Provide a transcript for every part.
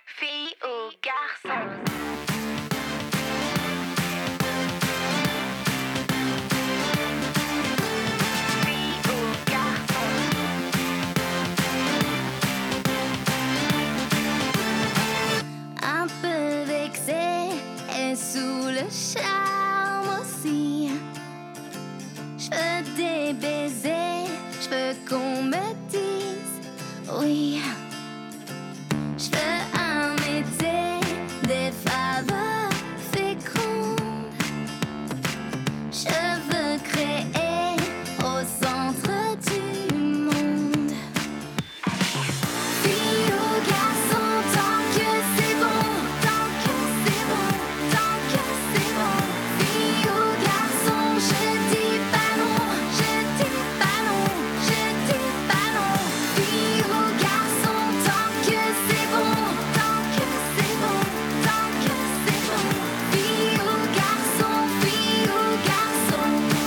Fille ou garçon? Fille ou garçon? Un peu vexée et sous le charme aussi. Je veux des baisers, je veux qu'on me dise oui. Je veux un métier, des faveurs fécondes. Je veux créer au centre du monde. Fille ou garçon, tant que c'est bon, tant que c'est bon, tant que c'est bon. Fille ou garçon, je dis pas non, je dis pas non, je dis pas non. Fille ou garçon, tant que c'est bon, tant que c'est bon, tant que c'est bon. Fille ou garçon, fille ou garçon.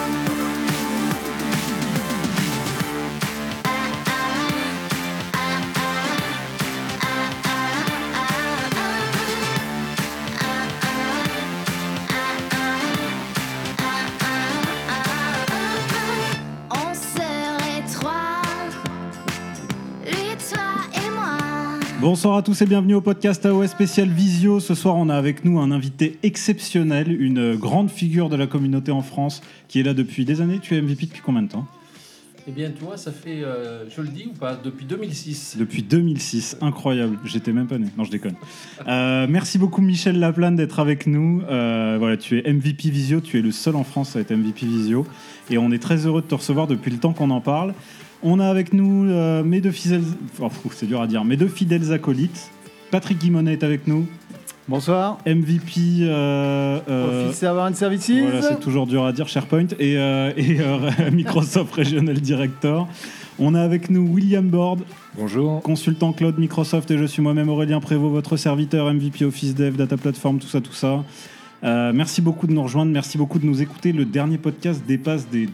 On serait trois, lui, toi et moi. Bonsoir à tous et bienvenue au podcast AOS spécial Visio. Ce soir, on a avec nous un invité exceptionnel, une grande figure de la communauté en France qui est là depuis des années. Tu es MVP depuis combien de temps ? Eh bien, tu vois, ça fait, je le dis ou pas, depuis 2006. Depuis 2006, incroyable. J'étais même pas né. Non, je déconne. Merci beaucoup Michel Laplane d'être avec nous. Voilà, tu es MVP Visio, tu es le seul en France à être MVP Visio. Et on est très heureux de te recevoir depuis le temps qu'on en parle. On a avec nous mes deux fidèles... c'est dur à dire. Mes deux fidèles acolytes. Patrick Guimonet est avec nous. Bonsoir. MVP... Office Server and Services. Voilà, c'est toujours dur à dire, SharePoint, et Microsoft Regional Director. On a avec nous William Bord, Bonjour. consultant cloud Microsoft, et je suis moi-même Aurélien Prévost, votre serviteur, MVP Office Dev, Data Platform, tout ça. Merci beaucoup de nous rejoindre, merci beaucoup de nous écouter. Le dernier podcast dépasse des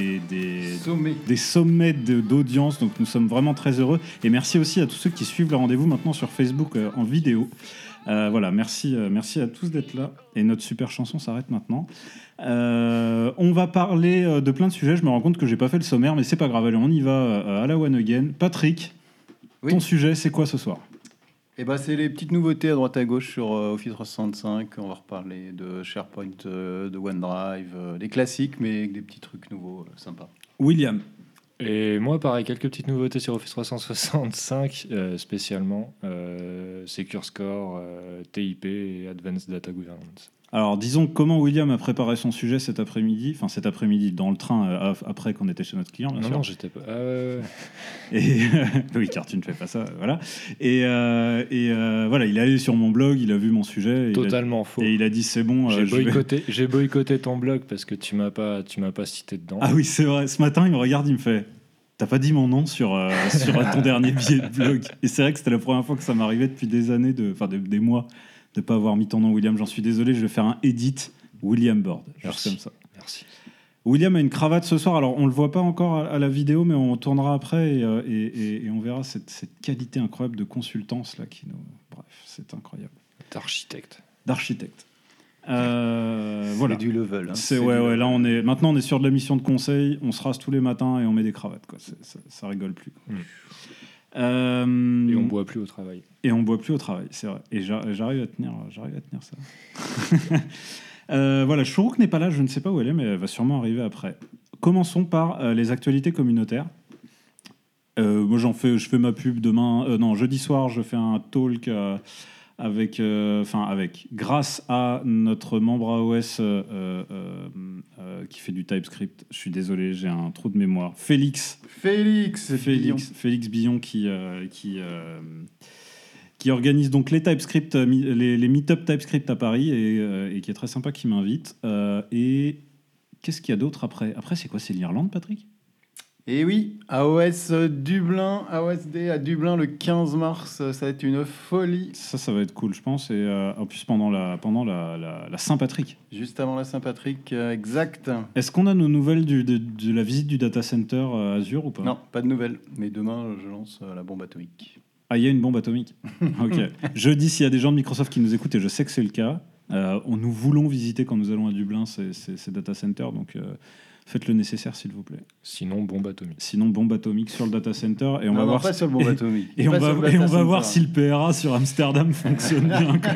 sommets d'audience, donc nous sommes vraiment très heureux. Et merci aussi à tous ceux qui suivent le rendez-vous maintenant sur Facebook en vidéo. Voilà, merci à tous d'être là. Et notre super chanson s'arrête maintenant. On va parler de plein de sujets. Je me rends compte que j'ai pas fait le sommaire, mais c'est pas grave. Allez, on y va à la one again. Patrick, Oui. ton sujet, c'est quoi ce soir ? Et c'est les petites nouveautés à droite à gauche sur Office 365. On va reparler de SharePoint, de OneDrive, des classiques, mais avec des petits trucs nouveaux sympas. William. Et moi, pareil, quelques petites nouveautés sur Office 365, spécialement Secure Score, TIP et Advanced Data Governance. Alors, disons comment William a préparé son sujet cet après-midi, dans le train, après qu'on était chez notre client, bien sûr. Non, j'étais pas... Et oui, car tu ne fais pas ça, voilà. Et voilà, il est allé sur mon blog, il a vu mon sujet. Totalement faux. Et il a dit c'est bon. J'ai boycotté ton blog parce que tu m'as pas cité dedans. Ah oui, c'est vrai. Ce matin, il me regarde, il me fait t'as pas dit mon nom sur ton dernier billet de blog. Et c'est vrai que c'était la première fois que ça m'arrivait depuis des années, des mois, de pas avoir mis ton nom, William. J'en suis désolé, je vais faire un edit William Bord. Juste comme ça. Merci. William a une cravate ce soir. Alors, on le voit pas encore à la vidéo, mais on tournera après et on verra cette qualité incroyable de consultance là qui nous. Bref, c'est incroyable. D'architecte. Voilà. C'est du level. Hein. C'est ouais. Là, maintenant, on est sur de la mission de conseil. On se rase tous les matins et on met des cravates. Quoi. Ça rigole plus. Quoi. Et on boit plus au travail. C'est vrai. Et j'arrive à tenir ça. Voilà, Chourouk n'est pas là, je ne sais pas où elle est, mais elle va sûrement arriver après. Commençons par les actualités communautaires. Moi, je fais ma pub demain. Jeudi soir, je fais un talk grâce à notre membre AOS qui fait du TypeScript. Je suis désolé, j'ai un trou de mémoire. Félix Billon qui organise donc les TypeScript, les meet-up TypeScript à Paris et qui est très sympa, qui m'invite. Et qu'est-ce qu'il y a d'autre après ? Après, c'est quoi ? C'est l'Irlande, Patrick ? Et oui, AOS Dublin, AOSD à Dublin le 15 mars, ça va être une folie. Ça va être cool, je pense. Et en plus, pendant la Saint-Patrick. Juste avant la Saint-Patrick, exact. Est-ce qu'on a nos nouvelles de la visite du data center Azure ou pas ? Non, pas de nouvelles. Mais demain, je lance la bombe atomique. Ah, il y a une bombe atomique. Ok. Jeudi, s'il y a des gens de Microsoft qui nous écoutent, et je sais que c'est le cas, nous voulons visiter quand nous allons à Dublin ces data centers, donc faites le nécessaire, s'il vous plaît. Sinon, bombe atomique. Sinon, bombe atomique sur le data center, et on Non, va non, voir. pas sur le bombe atomique. Et on Pas va, sur le et data on va voir center. si le PRA sur Amsterdam fonctionne bien. Quoi.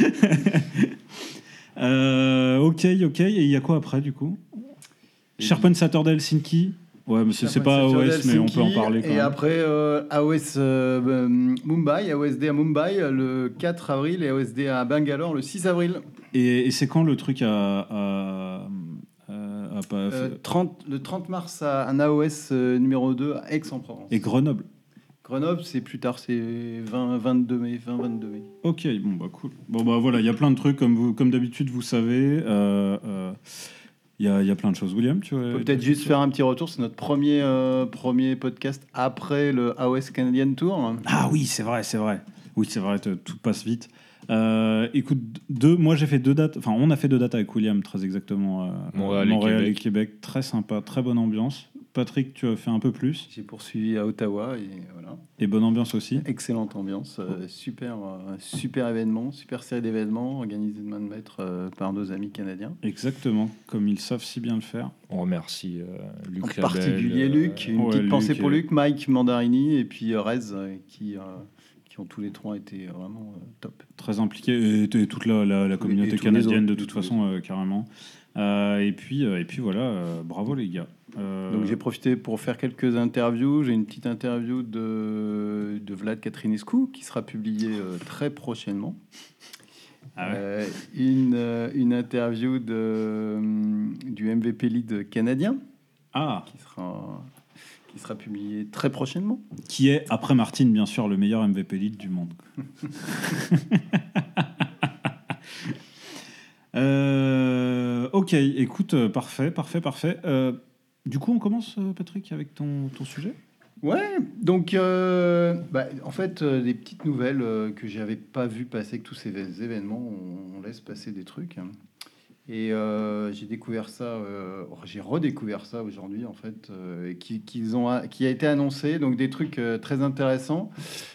Ok. Et il y a quoi après, du coup? SharePoint Saturday Helsinki. Ouais, mais c'est pas AOS, mais on peut en parler quand Et même. après, AOS Mumbai, AOSD à Mumbai le 4 avril et AOSD à Bangalore le 6 avril. Et c'est quand le truc à pas- Le 30 mars à un AOS numéro 2 à Aix-en-Provence. Et Grenoble. Grenoble, c'est plus tard, c'est 20-22 mai. Ok, bon bah cool. Bon bah voilà, il y a plein de trucs comme d'habitude, vous savez. Il y a plein de choses. William, tu On vois. peut peut-être juste faire un petit retour. C'est notre premier podcast après le AOS Canadian Tour. Ah oui, c'est vrai. Oui, c'est vrai, tout passe vite. Écoute, moi j'ai fait 2 dates. Enfin, on a fait 2 dates avec William, très exactement. Montréal et Québec, très sympa, très bonne ambiance. Patrick, tu as fait un peu plus. J'ai poursuivi à Ottawa et voilà. Et bonne ambiance aussi. Excellente ambiance, super événement, super série d'événements organisée de main de maître par nos amis canadiens. Exactement, comme ils savent si bien le faire. On remercie Luc En Labelle, particulier Luc, une ouais, petite pensée Luc pour et- Luc, Mike Mandarini et puis Rez qui ont tous les 3 été vraiment top. Très impliqué, et toute la communauté et tous les canadienne autres, de toute tous les façon, carrément. Et puis voilà, bravo les gars. Donc j'ai profité pour faire quelques interviews. J'ai une petite interview de Vlad Catrinescu qui sera publiée très prochainement. Ah ouais. Une interview du MVP lead canadien Ah, qui sera publiée très prochainement. qui est, après Martin, bien sûr, le meilleur MVP lead du monde. Ok, écoute, parfait. Du coup, on commence, Patrick, avec ton sujet. Ouais, donc en fait, des petites nouvelles que j'avais pas vu passer avec tous ces événements, on laisse passer des trucs. Et j'ai découvert ça, j'ai redécouvert ça aujourd'hui en fait, qui a été annoncé, donc des trucs très intéressants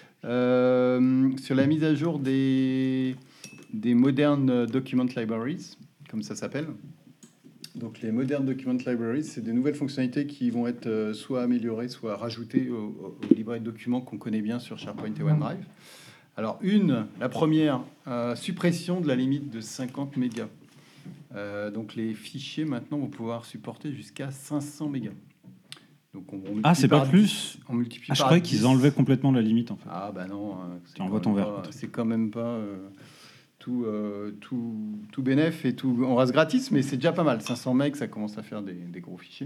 sur la mise à jour des Modern Document Libraries, comme ça s'appelle. Donc les Modern Document Libraries, c'est des nouvelles fonctionnalités qui vont être soit améliorées, soit rajoutées aux librairies de documents qu'on connaît bien sur SharePoint et OneDrive. Alors la première, suppression de la limite de 50 mégas. Donc les fichiers maintenant vont pouvoir supporter jusqu'à 500 mégas. Donc on multiplie Ah, c'est pas par plus 10. On multiplie Ah, je par croyais 10. qu'ils enlevaient complètement la limite, en fait. Ah bah non, Tu envoies ton verre, c'est quand même pas tout bénef et tout on reste gratis, mais c'est déjà pas mal. 500 megs, ça commence à faire des gros fichiers.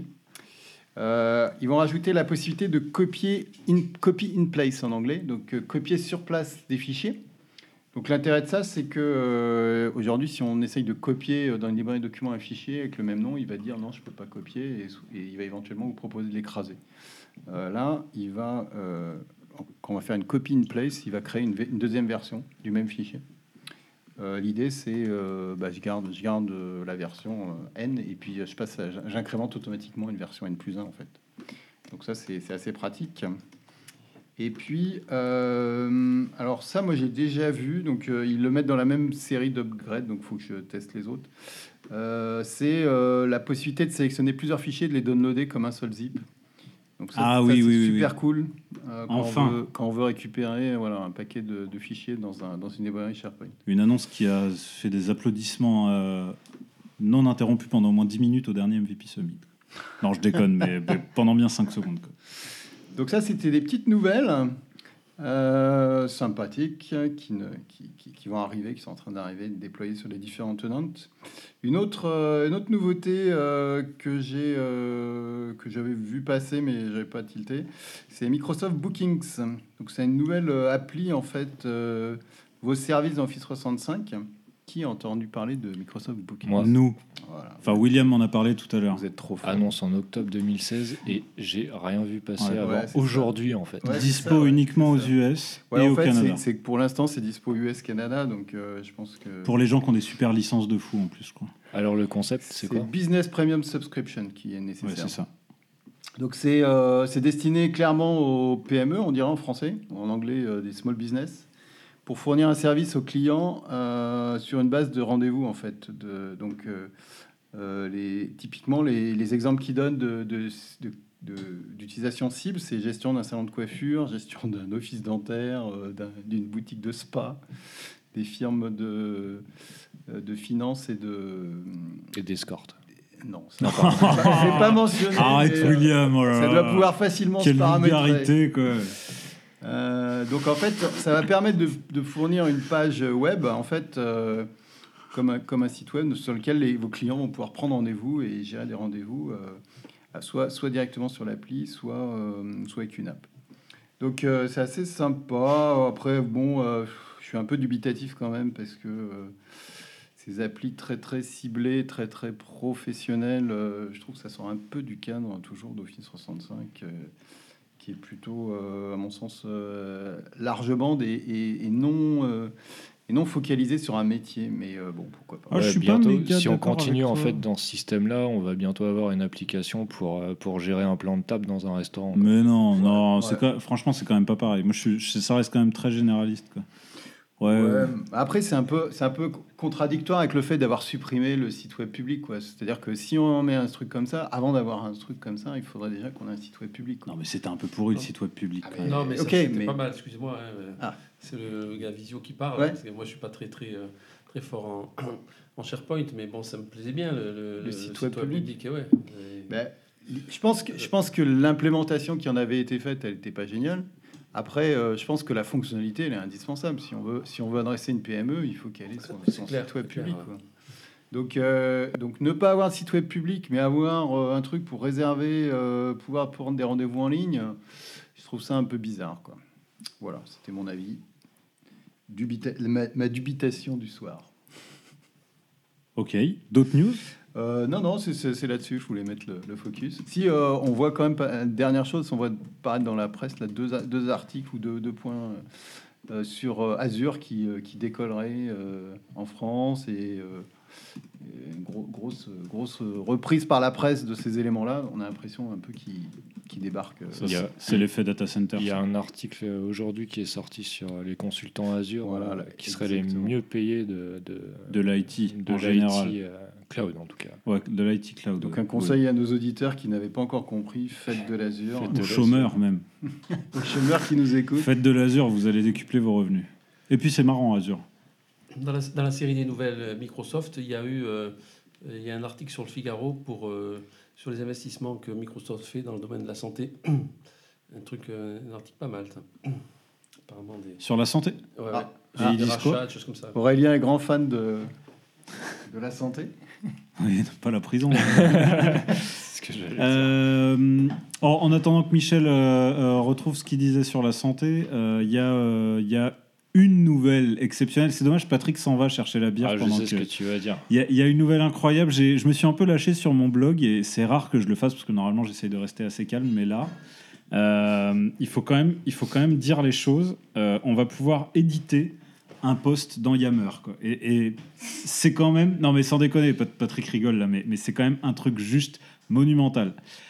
Ils vont rajouter la possibilité de copy in place en anglais, donc copier sur place des fichiers. Donc l'intérêt de ça, c'est que aujourd'hui, si on essaye de copier dans une librairie de documents un fichier avec le même nom, il va dire non, je peux pas copier, et il va éventuellement vous proposer de l'écraser. Là, quand on va faire une copy in place, il va créer une deuxième version du même fichier. L'idée, c'est je garde la version N et puis j'incrémente automatiquement une version N+1 en fait. Donc ça, c'est assez pratique. Et puis, alors ça, moi j'ai déjà vu, donc ils le mettent dans la même série d'upgrades, donc il faut que je teste les autres. C'est la possibilité de sélectionner plusieurs fichiers et de les downloader comme un seul zip. Donc ça, oui, c'est oui, super oui. cool Enfin. quand on veut récupérer un paquet de fichiers dans une librairie SharePoint. Une annonce qui a fait des applaudissements non interrompus pendant au moins 10 minutes au dernier MVP Summit. Non, je déconne, mais pendant bien 5 secondes. Quoi. Donc ça, c'était des petites nouvelles sympathiques qui vont arriver, qui sont en train d'arriver, de déployer sur les différents tenants. Une autre nouveauté que j'avais vu passer, mais j'avais pas tilté, c'est Microsoft Bookings. Donc c'est une nouvelle appli, en fait, vos services dans Office 365. Qui a entendu parler de Microsoft Bookings? Moi. Nous. Voilà. Enfin, William m'en a parlé tout à l'heure. Vous êtes trop fort. Annonce en octobre 2016 et j'ai rien vu passer Ouais, avant ouais, c'est aujourd'hui en fait. Ouais, c'est Dispo ça, ouais, uniquement c'est aux ça. US Ouais, et en au fait, Canada. c'est que pour l'instant, c'est dispo US-Canada, donc je pense que... Pour les gens qui ont des super licences de fou en plus, je crois. Alors le concept c'est quoi? Business Premium Subscription qui est Ouais, nécessaire. c'est ça. Donc c'est destiné clairement aux PME, on dirait en français, en anglais des small business, pour fournir un service aux clients sur une base de rendez-vous en fait. Typiquement les exemples qu'ils donnent d'utilisation cible, c'est gestion d'un salon de coiffure, gestion d'un office dentaire, d'une boutique de spa, des firmes de finance Et d'escorte. Non, ça j'ai pas mentionné. Arrête, mais, William. Oh là ça là. doit pouvoir facilement Quelle se paramétrer. vulgarité, quoi. Donc en fait, ça va permettre de fournir une page web, en fait, comme un site web sur lequel vos clients vont pouvoir prendre rendez-vous et gérer des rendez-vous, soit directement sur l'appli, soit avec une app. Donc c'est assez sympa. Après, bon, je suis un peu dubitatif quand même parce que ces applis très très ciblées, très très professionnelles, je trouve que ça sort un peu du cadre toujours d'Office 365. Qui est plutôt, à mon sens, large bande et non focalisé sur un métier. Mais bon, pourquoi pas. Ah, je suis pas bientôt, méga si on d'accord continue avec en toi. fait dans ce système-là, on va bientôt avoir une application pour gérer un plan de table dans un restaurant. Mais non, Ouais. franchement, c'est quand même pas pareil. Moi, ça reste quand même très généraliste, quoi. Ouais. Après, c'est un peu contradictoire avec le fait d'avoir supprimé le site web public, quoi. C'est-à-dire que si on met un truc comme ça, avant d'avoir un truc comme ça, il faudrait déjà qu'on ait un site web public, quoi. Non, mais c'était un peu pourri le site web public. Ah, quoi. mais- Non, mais ok, ça, c'était mais- pas mal, excusez-moi. Ah. C'est le gars Visio qui parle. Ouais. Parce que moi, je suis pas très fort en SharePoint, mais bon, ça me plaisait bien le site web public. et ouais. Ben, je pense que l'implémentation qui en avait été faite, elle n'était pas géniale. Après, je pense que la fonctionnalité, elle est indispensable. Si on veut adresser une PME, il faut qu'elle ait son C'est clair, site web c'est clair, public, ouais. quoi. Donc, ne pas avoir de site web public, mais avoir un truc pour réserver, pouvoir prendre des rendez-vous en ligne, je trouve ça un peu bizarre, quoi. Voilà, c'était mon avis. Ma dubitation du soir. Ok. D'autres news? Non, c'est là-dessus, je voulais mettre le focus. Si on voit quand même, dernière chose, on voit paraître dans la presse là, deux articles ou deux points sur Azure qui décollerait en France et une grosse reprise par la presse de ces éléments-là. On a l'impression un peu qu'ils débarquent. Ça, Il y a- c'est l'effet data center. Il y a ça. un article aujourd'hui qui est sorti sur les consultants Azure, Voilà, qui seraient les exactement. mieux payés de l'IT de en l'IT, général. cloud en tout cas. Ouais, de l'IT cloud. Donc ouais. un conseil à nos auditeurs qui n'avaient pas encore compris, faites de l'Azure. Faites Aux de chômeurs même. Aux chômeurs qui nous écoutent. Faites de l'Azure, vous allez décupler vos revenus. Et puis c'est marrant, Azure. Dans la série des nouvelles Microsoft, il y a un article sur le Figaro sur les investissements que Microsoft fait dans le domaine de la santé. Un article pas mal, ça. Apparemment Sur la santé. ouais, Ah. Et ils des disent quoi rachats, des choses comme ça. Aurélien est grand fan de la santé. Oui, pas la prison. C'est ce que j'allais dire. En attendant que Michel retrouve ce qu'il disait sur la santé, il y a une nouvelle exceptionnelle. C'est dommage, Patrick s'en va chercher la bière Ah, je pendant sais ce que tu vas dire. Il y a une nouvelle incroyable. Je me suis un peu lâché sur mon blog et c'est rare que je le fasse parce que normalement j'essaie de rester assez calme, mais là, il faut quand même dire les choses. On va pouvoir éditer un post dans Yammer, quoi. Et c'est quand même, non mais sans déconner, Patrick rigole là, mais c'est quand même un truc juste monumental.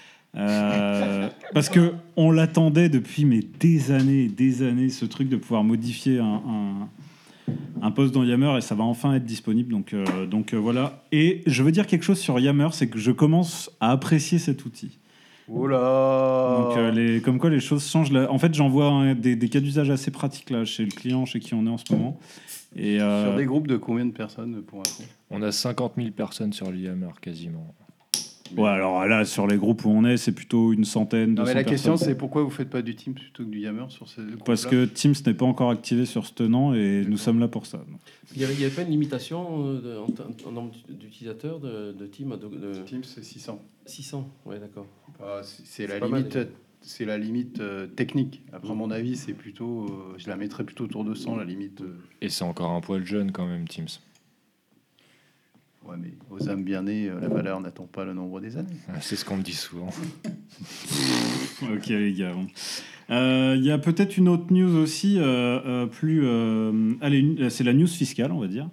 Parce que on l'attendait depuis des années, ce truc de pouvoir modifier un post dans Yammer et ça va enfin être disponible. Donc voilà. Et je veux dire quelque chose sur Yammer, c'est que je commence à apprécier cet outil. Oh là. Donc comme quoi les choses changent. Là. En fait, j'en vois des cas d'usage assez pratiques là chez le client, chez qui on est en ce moment. Et Sur des groupes de combien de personnes pour info? On a 50 000 personnes sur l'Yammer quasiment. ouais, alors là, sur les groupes où on est, c'est plutôt une centaine, Non, 200 mais la question, personnes. c'est pourquoi vous faites pas du Teams plutôt que du Yammer sur ces groupes-là? Parce que Teams n'est pas encore activé sur ce tenant et nous sommes là pour ça. Il y avait pas une limitation en nombre d'utilisateurs de Team de Teams, c'est 600. 600. Ouais, d'accord. C'est la C'est pas mal, limite. déjà. C'est la limite technique. Après, à mon avis, c'est plutôt. Je la mettrais plutôt autour de 100, la limite. Et c'est encore un poil jeune quand même, Teams. Ouais, mais aux âmes bien nées, la valeur n'attend pas le nombre des années. C'est ce qu'on me dit souvent. Ok les gars. Bon. Il y a peut-être une autre news aussi, allez, c'est la news fiscale, on va dire.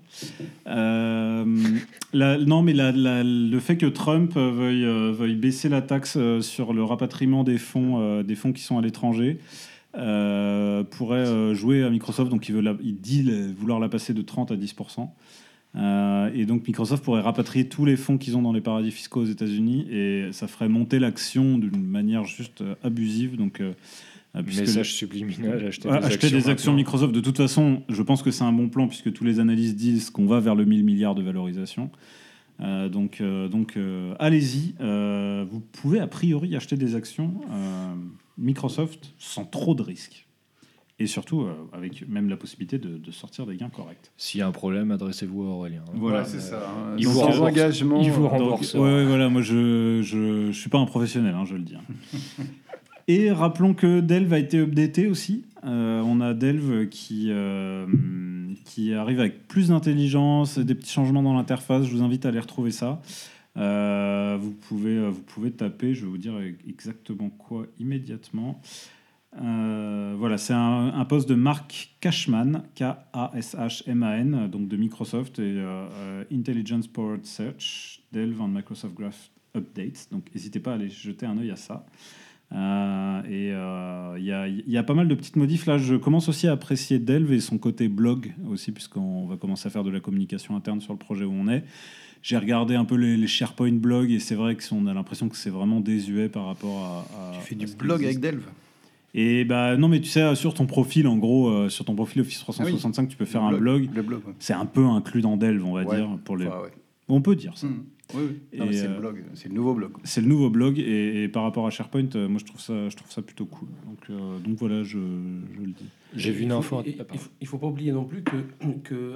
Le fait que Trump veuille baisser la taxe sur le rapatriement des fonds qui sont à l'étranger pourrait jouer à Microsoft. Donc il dit vouloir la passer de 30 à 10%. Et donc Microsoft pourrait rapatrier tous les fonds qu'ils ont dans les paradis fiscaux aux États-Unis et ça ferait monter l'action d'une manière juste abusive. Donc, Message subliminal, acheter des actions Microsoft. De toute façon, je pense que c'est un bon plan puisque tous les analystes disent qu'on va vers le 1000 milliards de valorisation. Donc, allez-y. Vous pouvez a priori acheter des actions Microsoft sans trop de risques. Et surtout, avec même la possibilité de sortir des gains corrects. S'il y a un problème, adressez-vous à Aurélien. Voilà, Ouais, c'est ça. Hein. Il vous Sans rembourse. engagement. Il vous Donc, rembourse. ouais, voilà, moi je suis pas un professionnel, hein, je le dis. Et rappelons que Delve a été updaté aussi. On a Delve qui arrive avec plus d'intelligence, des petits changements dans l'interface. Je vous invite à aller retrouver ça. Vous pouvez taper, je vais vous dire exactement quoi immédiatement. Voilà, c'est un poste de Mark Cashman, K-A-S-H-M-A-N, donc de Microsoft et Intelligence Powered Search, Delve and Microsoft Graph Updates. Donc n'hésitez pas à aller jeter un œil à ça. Il y a pas mal de petites modifs. Là, je commence aussi à apprécier Delve et son côté blog aussi, puisqu'on va commencer à faire de la communication interne sur le projet où on est. J'ai regardé un peu les SharePoint blogs et c'est vrai qu'on a l'impression que c'est vraiment désuet par rapport à... Tu fais du à ce qui blog avec existe. Delve. Et bah non, mais tu sais, sur ton profil, en gros, sur ton profil Office 365, tu peux faire un blog. Le blog, ouais. C'est un peu inclus dans Delve, on va Ouais. dire. Pour les... Ouais, ouais. On peut dire ça. Mmh. Oui, oui. Non, Et, mais c'est le blog, c'est le nouveau blog. C'est le nouveau blog et par rapport à SharePoint, moi je trouve ça plutôt cool. Donc voilà, je le dis. J'ai vu une info. Il faut pas oublier non plus que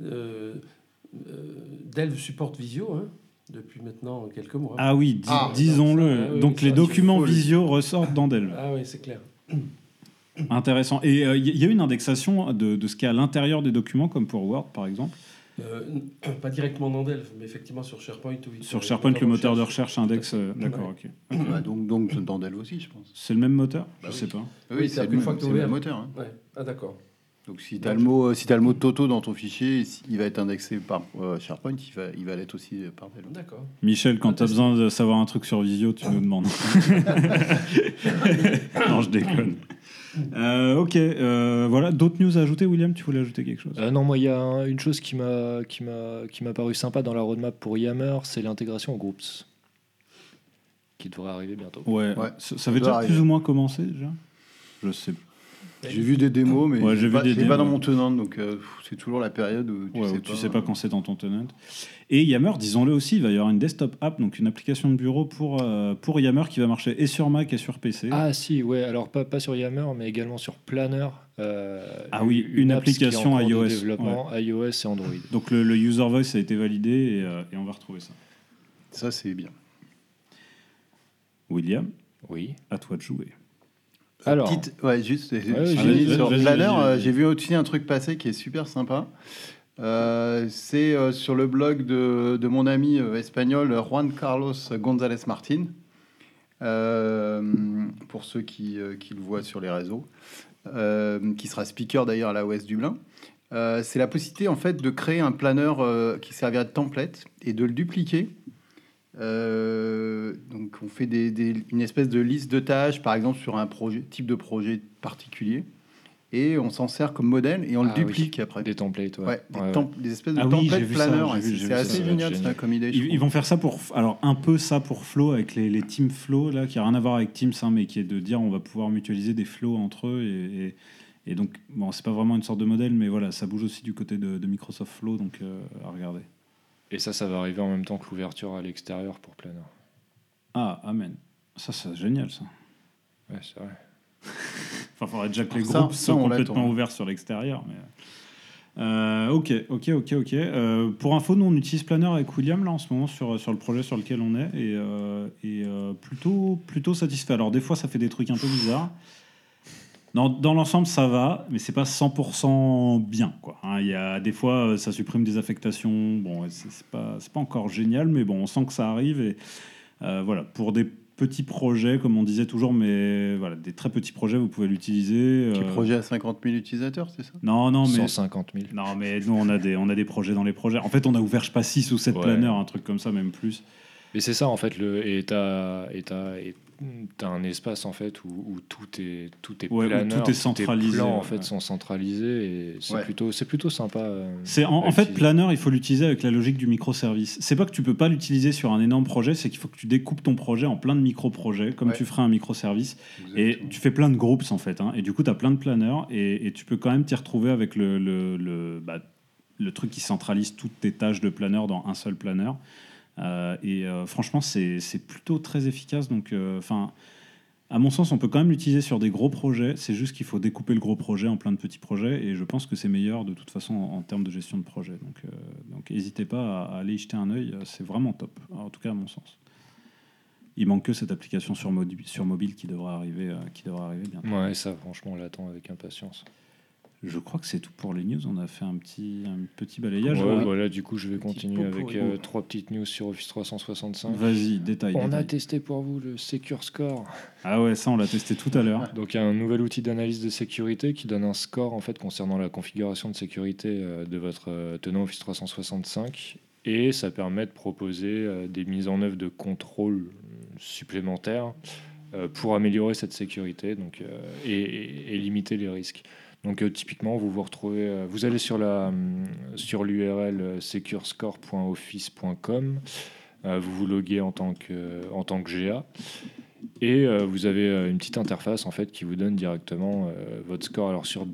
Delve supporte Visio hein, depuis maintenant quelques mois. Ah oui, disons-le. Ah oui, Donc ça, les il documents faut le- Visio ressortent dans Delve. Ah oui, c'est clair. Intéressant. Et il y a une indexation de ce qu'il y a à l'intérieur des documents, comme pour Word par exemple. Pas directement dans Delve, mais effectivement sur SharePoint. Oui, Sur SharePoint, le moteur de recherche indexe. D'accord, ok. Ouais, donc dans Delve aussi, je pense. C'est le même moteur? Bah Je oui. sais pas. Oui, c'est la première fois que c'est tu le même ouvres. moteur. Hein. Ouais. Ah d'accord. Donc si tu as le mot Toto dans ton fichier, il va être indexé par SharePoint, il va l'être aussi par Delve. D'accord. Michel, quand tu as besoin de savoir un truc sur Visio, tu nous demandes. Non, je déconne. Ok, voilà. D'autres news à ajouter, William? Tu voulais ajouter quelque chose? Non, moi, il y a une chose qui m'a paru sympa dans la roadmap pour Yammer, c'est l'intégration aux groups, qui devrait arriver bientôt. Ouais. Ouais, Ça avait doit déjà arriver. plus ou moins commencé déjà. Je sais. J'ai vu des démos, mais Ouais, je j'ai l'ai vu pas, des je l'ai pas dans démos. mon tenant, donc c'est toujours la période où Tu sais pas quand c'est dans ton tenant. Et Yammer, disons-le aussi, il va y avoir une desktop app, donc une application de bureau pour Yammer qui va marcher et sur Mac et sur PC. Ah si, ouais, alors pas sur Yammer, mais également sur Planner. Ah oui, une apps qui est en application cours de iOS, développement, iOS et Android. Donc le user voice a été validé et on va retrouver ça. Ça, c'est bien. William, Oui. à toi de jouer. Alors, Juste, je vas-y, finis vas-y, sur vas-y, Planner, vas-y. j'ai vu aussi un truc passer qui est super sympa. C'est sur le blog de mon ami espagnol Juan Carlos González Martín, pour ceux qui le voient sur les réseaux, qui sera speaker d'ailleurs à la OS Dublin. C'est la possibilité en fait de créer un planeur qui servira de template et de le dupliquer. Donc on fait une espèce de liste de tâches, par exemple sur un type de projet particulier, et on s'en sert comme modèle et on le Ah oui, duplique après. des templates, ouais. Ouais, des espèces de Ah oui, j'ai templates vu ça, planner. j'ai vu C'est ça, assez ça va génial, être ça, génial. comme idée. je Ils trouve. vont faire ça un peu ça pour Flow avec les teams Flow là, qui a rien à voir avec Teams, hein, mais qui est de dire on va pouvoir mutualiser des flows entre eux et donc bon, c'est pas vraiment une sorte de modèle, mais voilà, ça bouge aussi du côté de Microsoft Flow, donc à regarder. Et ça va arriver en même temps que l'ouverture à l'extérieur pour Planner. Ah, amen. Ça, c'est génial, ça. Ouais, c'est vrai. Enfin, il faudrait déjà que les Ça, groupes ça, soient on complètement l'attend. ouverts sur l'extérieur. Mais... Ok. Pour info, nous, on utilise Planner avec William, là, en ce moment, sur le projet sur lequel on est, et plutôt satisfait. Alors, des fois, ça fait des trucs un peu bizarres. Dans l'ensemble, ça va, mais c'est pas 100% bien, quoi. Hein, il y a des fois, ça supprime des affectations. Bon, c'est pas encore génial, mais bon, on sent que ça arrive. Et voilà, pour des petits projets, comme on disait toujours, mais voilà, des très petits projets, vous pouvez l'utiliser. Petit projet à 50 000 utilisateurs, c'est ça? Non, mais 150 000. non, mais nous on a des projets dans les projets. En fait, on a ouvert, je sais pas, 6 ou 7 Ouais. planeurs, un truc comme ça, même plus. Mais c'est ça en fait, t'as un espace en fait où tout est Ouais, où planeur, tout est centralisé, Tes plans en ouais. fait sont centralisés et c'est Ouais. plutôt sympa. En fait, Planner, il faut l'utiliser avec la logique du microservice. C'est pas que tu peux pas l'utiliser sur un énorme projet, c'est qu'il faut que tu découpes ton projet en plein de micro-projets, comme Ouais. tu ferais un microservice. Et Exactement. tu fais plein de groups, en fait. Hein, et du coup, tu as plein de planners et tu peux quand même t'y retrouver avec le truc qui centralise toutes tes tâches de planner dans un seul planner. Franchement, c'est plutôt très efficace. Donc, à mon sens, on peut quand même l'utiliser sur des gros projets. C'est juste qu'il faut découper le gros projet en plein de petits projets. Et je pense que c'est meilleur de toute façon en termes de gestion de projet. Donc n'hésitez pas à aller y jeter un œil. C'est vraiment top, en tout cas à mon sens. Il manque que cette application sur mobile qui devra arriver bientôt. Ouais, ça franchement on l'attend avec impatience. Je crois que c'est tout pour les news. On a fait un petit balayage. Ouais, voilà, du coup je vais Petit continuer avec pot-pourri. 3 petites news sur Office 365. Vas-y, détail. On a détail. testé pour vous le Secure Score. Ah ouais, ça on l'a testé tout à l'heure. Donc un nouvel outil d'analyse de sécurité qui donne un score en fait concernant la configuration de sécurité de votre tenant Office 365 et ça permet de proposer des mises en œuvre de contrôle supplémentaires pour améliorer cette sécurité et limiter les risques. Donc typiquement vous retrouvez, vous allez sur l'URL securescore.office.com, vous vous loguez en tant que GA. Et vous avez une petite interface en fait qui vous donne directement votre score. Alors sur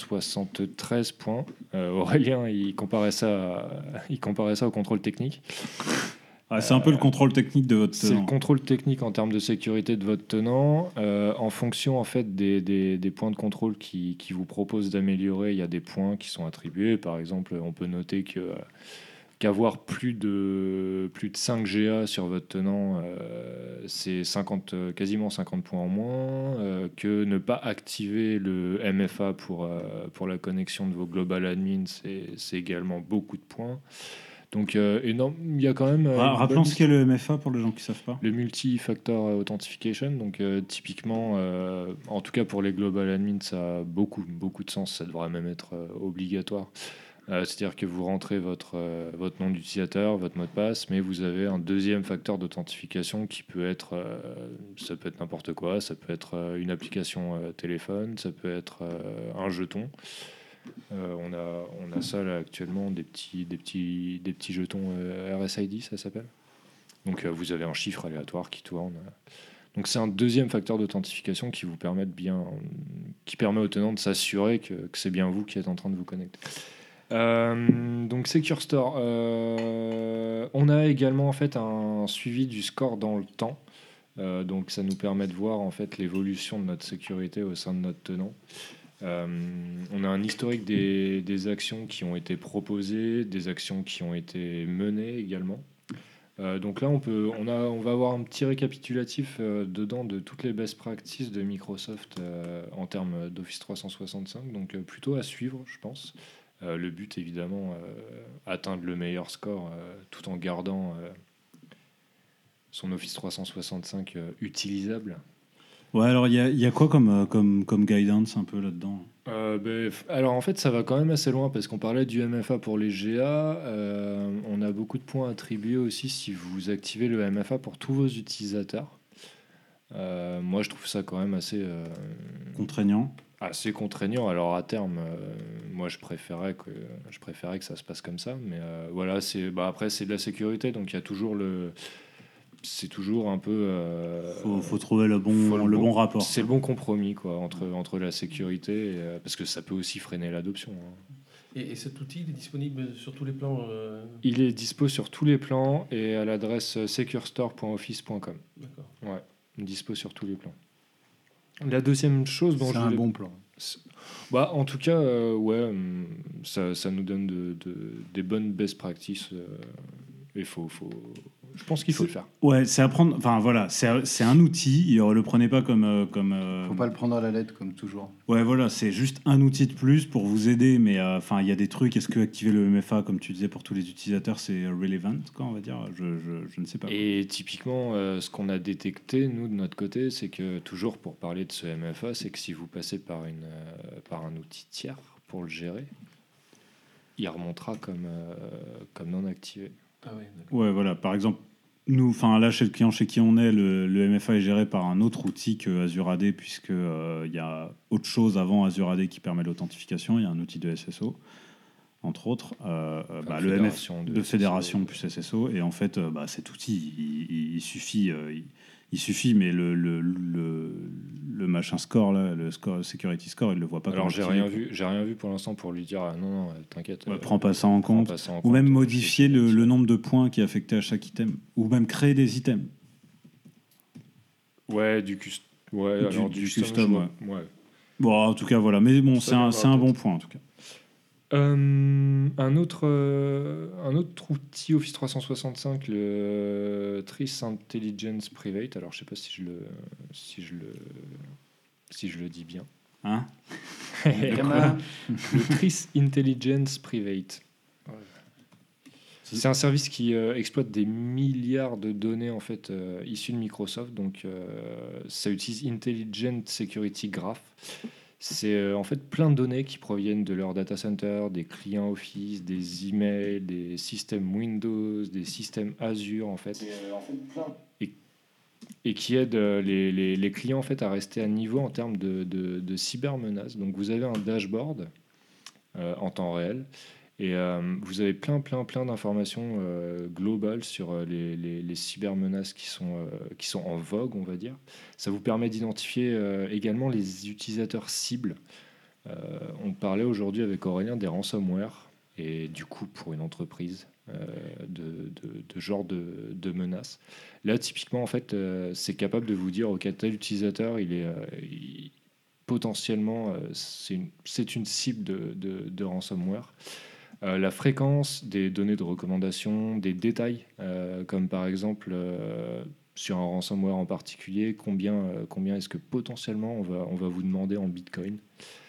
273 points, Aurélien il comparait ça au contrôle technique. Ah, c'est un peu le contrôle technique de votre C'est le tenant. contrôle technique en termes de sécurité de votre tenant. En fonction en fait des points de contrôle qui vous proposent d'améliorer, il y a des points qui sont attribués. Par exemple, on peut noter qu'avoir plus de 5 GA sur votre tenant, c'est quasiment 50 points en moins, que ne pas activer le MFA pour la connexion de vos global admins, c'est également beaucoup de points. Donc énorme, il y a quand même... Rappelons ce qu'est le MFA pour les gens qui ne savent pas. Le multi-factor authentification, donc typiquement, en tout cas pour les global admins, ça a beaucoup de sens, ça devrait même être obligatoire. C'est-à-dire que vous rentrez votre nom d'utilisateur, votre mot de passe, mais vous avez un deuxième facteur d'authentification qui peut être, ça peut être n'importe quoi, ça peut être une application téléphone, ça peut être un jeton. On a ça là actuellement, des petits jetons RSID, ça s'appelle. Donc vous avez un chiffre aléatoire qui tourne. Donc c'est un deuxième facteur d'authentification qui permet au tenant de s'assurer que c'est bien vous qui êtes en train de vous connecter. Donc Secure Store, on a également en fait un suivi du score dans le temps. Donc ça nous permet de voir en fait l'évolution de notre sécurité au sein de notre tenant. On a un historique des actions qui ont été proposées, des actions qui ont été menées également. Donc là, on va avoir un petit récapitulatif dedans de toutes les best practices de Microsoft en termes d'Office 365. Donc plutôt à suivre, je pense. Le but, évidemment, atteindre le meilleur score tout en gardant son Office 365 utilisable. Ouais, alors il y a quoi comme guidance un peu là-dedans? Alors en fait ça va quand même assez loin parce qu'on parlait du MFA pour les GA, on a beaucoup de points attribués aussi si vous activez le MFA pour tous vos utilisateurs. Moi je trouve ça quand même assez Contraignant. assez contraignant. Alors à terme moi je préférais que ça se passe comme ça, mais voilà, après c'est de la sécurité, donc il y a toujours c'est toujours un peu... Faut trouver le bon rapport. C'est le bon compromis quoi, entre la sécurité, parce que ça peut aussi freiner l'adoption. Hein. Et cet outil il est disponible sur tous les plans Il est dispo sur tous les plans et à l'adresse securestore.office.com. D'accord. Ouais, dispo sur tous les plans. La deuxième chose dont C'est un bon plan. En tout cas, ça nous donne des bonnes best practices. je pense qu'il faut le faire. Ouais, c'est apprendre. Enfin voilà, c'est un outil. Le prenez pas comme. Faut pas le prendre à la lettre comme toujours. Ouais, voilà, c'est juste un outil de plus pour vous aider. Mais enfin, il y a des trucs. Est-ce que activer le MFA, comme tu disais, pour tous les utilisateurs, c'est relevant, quoi, on va dire. Je ne sais pas. Et typiquement, ce qu'on a détecté, nous, de notre côté, c'est que toujours pour parler de ce MFA, c'est que si vous passez par un outil tiers pour le gérer, il remontera comme non activé. Ah ouais, d'accord. Ouais, voilà. Par exemple, nous, enfin là, chez le client chez qui on est, le MFA est géré par un autre outil que Azure AD, puisque il y a autre chose avant Azure AD qui permet l'authentification. Il y a un outil de SSO, entre autres, le MF de fédération plus SSO. Et en fait, cet outil, il suffit. Il suffit, mais le machin score là, le score security score, il le voit pas. Alors comme j'ai activé, rien quoi. vu, pour l'instant pour lui dire non, t'inquiète. Ouais, prends pas ça en compte. Prends pas ça en Ou compte, même je modifier sais, le nombre de points qui est affecté à chaque item. Ou même créer des items. Ouais, du custom, ouais. Bon, en tout cas, voilà. Mais bon, Ça viendra c'est un bon peut-être. point, en tout cas. Un autre outil Office 365, le Trace Intelligence Private. Alors, je sais pas si je le dis bien. Hein Gamin. Le Trace Intelligence Private. C'est un service qui exploite des milliards de données en fait issues de Microsoft. Donc, ça utilise Intelligent Security Graph. C'est en fait plein de données qui proviennent de leur data center, des clients Office, des emails, des systèmes Windows, des systèmes Azure en fait. Et qui aident les clients en fait à rester à niveau en termes de cybermenaces. Donc vous avez un dashboard en temps réel et vous avez plein d'informations globales sur les cybermenaces qui sont en vogue, on va dire. Ça vous permet d'identifier également les utilisateurs cibles. On parlait aujourd'hui avec Aurélien des ransomware et du coup pour une entreprise de genre de menace. Là typiquement en fait c'est capable de vous dire ok tel utilisateur potentiellement c'est une cible de ransomware. La fréquence des données de recommandation, des détails, comme par exemple sur un ransomware en particulier, combien est-ce que potentiellement on va vous demander en Bitcoin.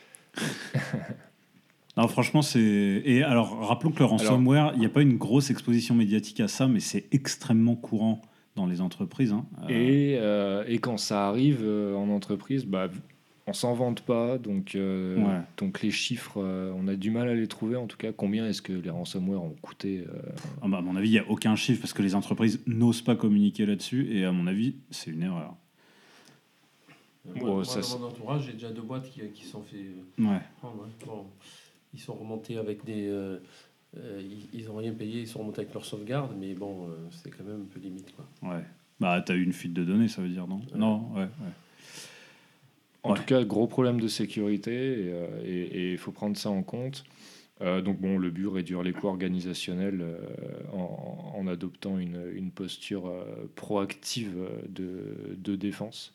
Non, franchement, c'est. Et alors, rappelons que le ransomware, il n'y a pas une grosse exposition médiatique à ça, mais c'est extrêmement courant dans les entreprises. Hein. Et quand ça arrive en entreprise, on s'en vante pas, donc les chiffres, on a du mal à les trouver. En tout cas, combien est-ce que les ransomware ont coûté À mon avis, il n'y a aucun chiffre parce que les entreprises n'osent pas communiquer là-dessus. Et à mon avis, c'est une erreur. Moi, dans mon entourage, j'ai déjà 2 boîtes qui sont fait prendre. Hein. Bon, ils sont remontés avec des. Ils n'ont rien payé, ils sont remontés avec leur sauvegarde, mais bon, c'est quand même un peu limite. Quoi. Ouais. T'as eu une fuite de données, ça veut dire, non ? Non, ouais. En tout cas, gros problème de sécurité et il faut prendre ça en compte. Donc bon, le but, réduire les coûts organisationnels en adoptant une posture proactive de défense.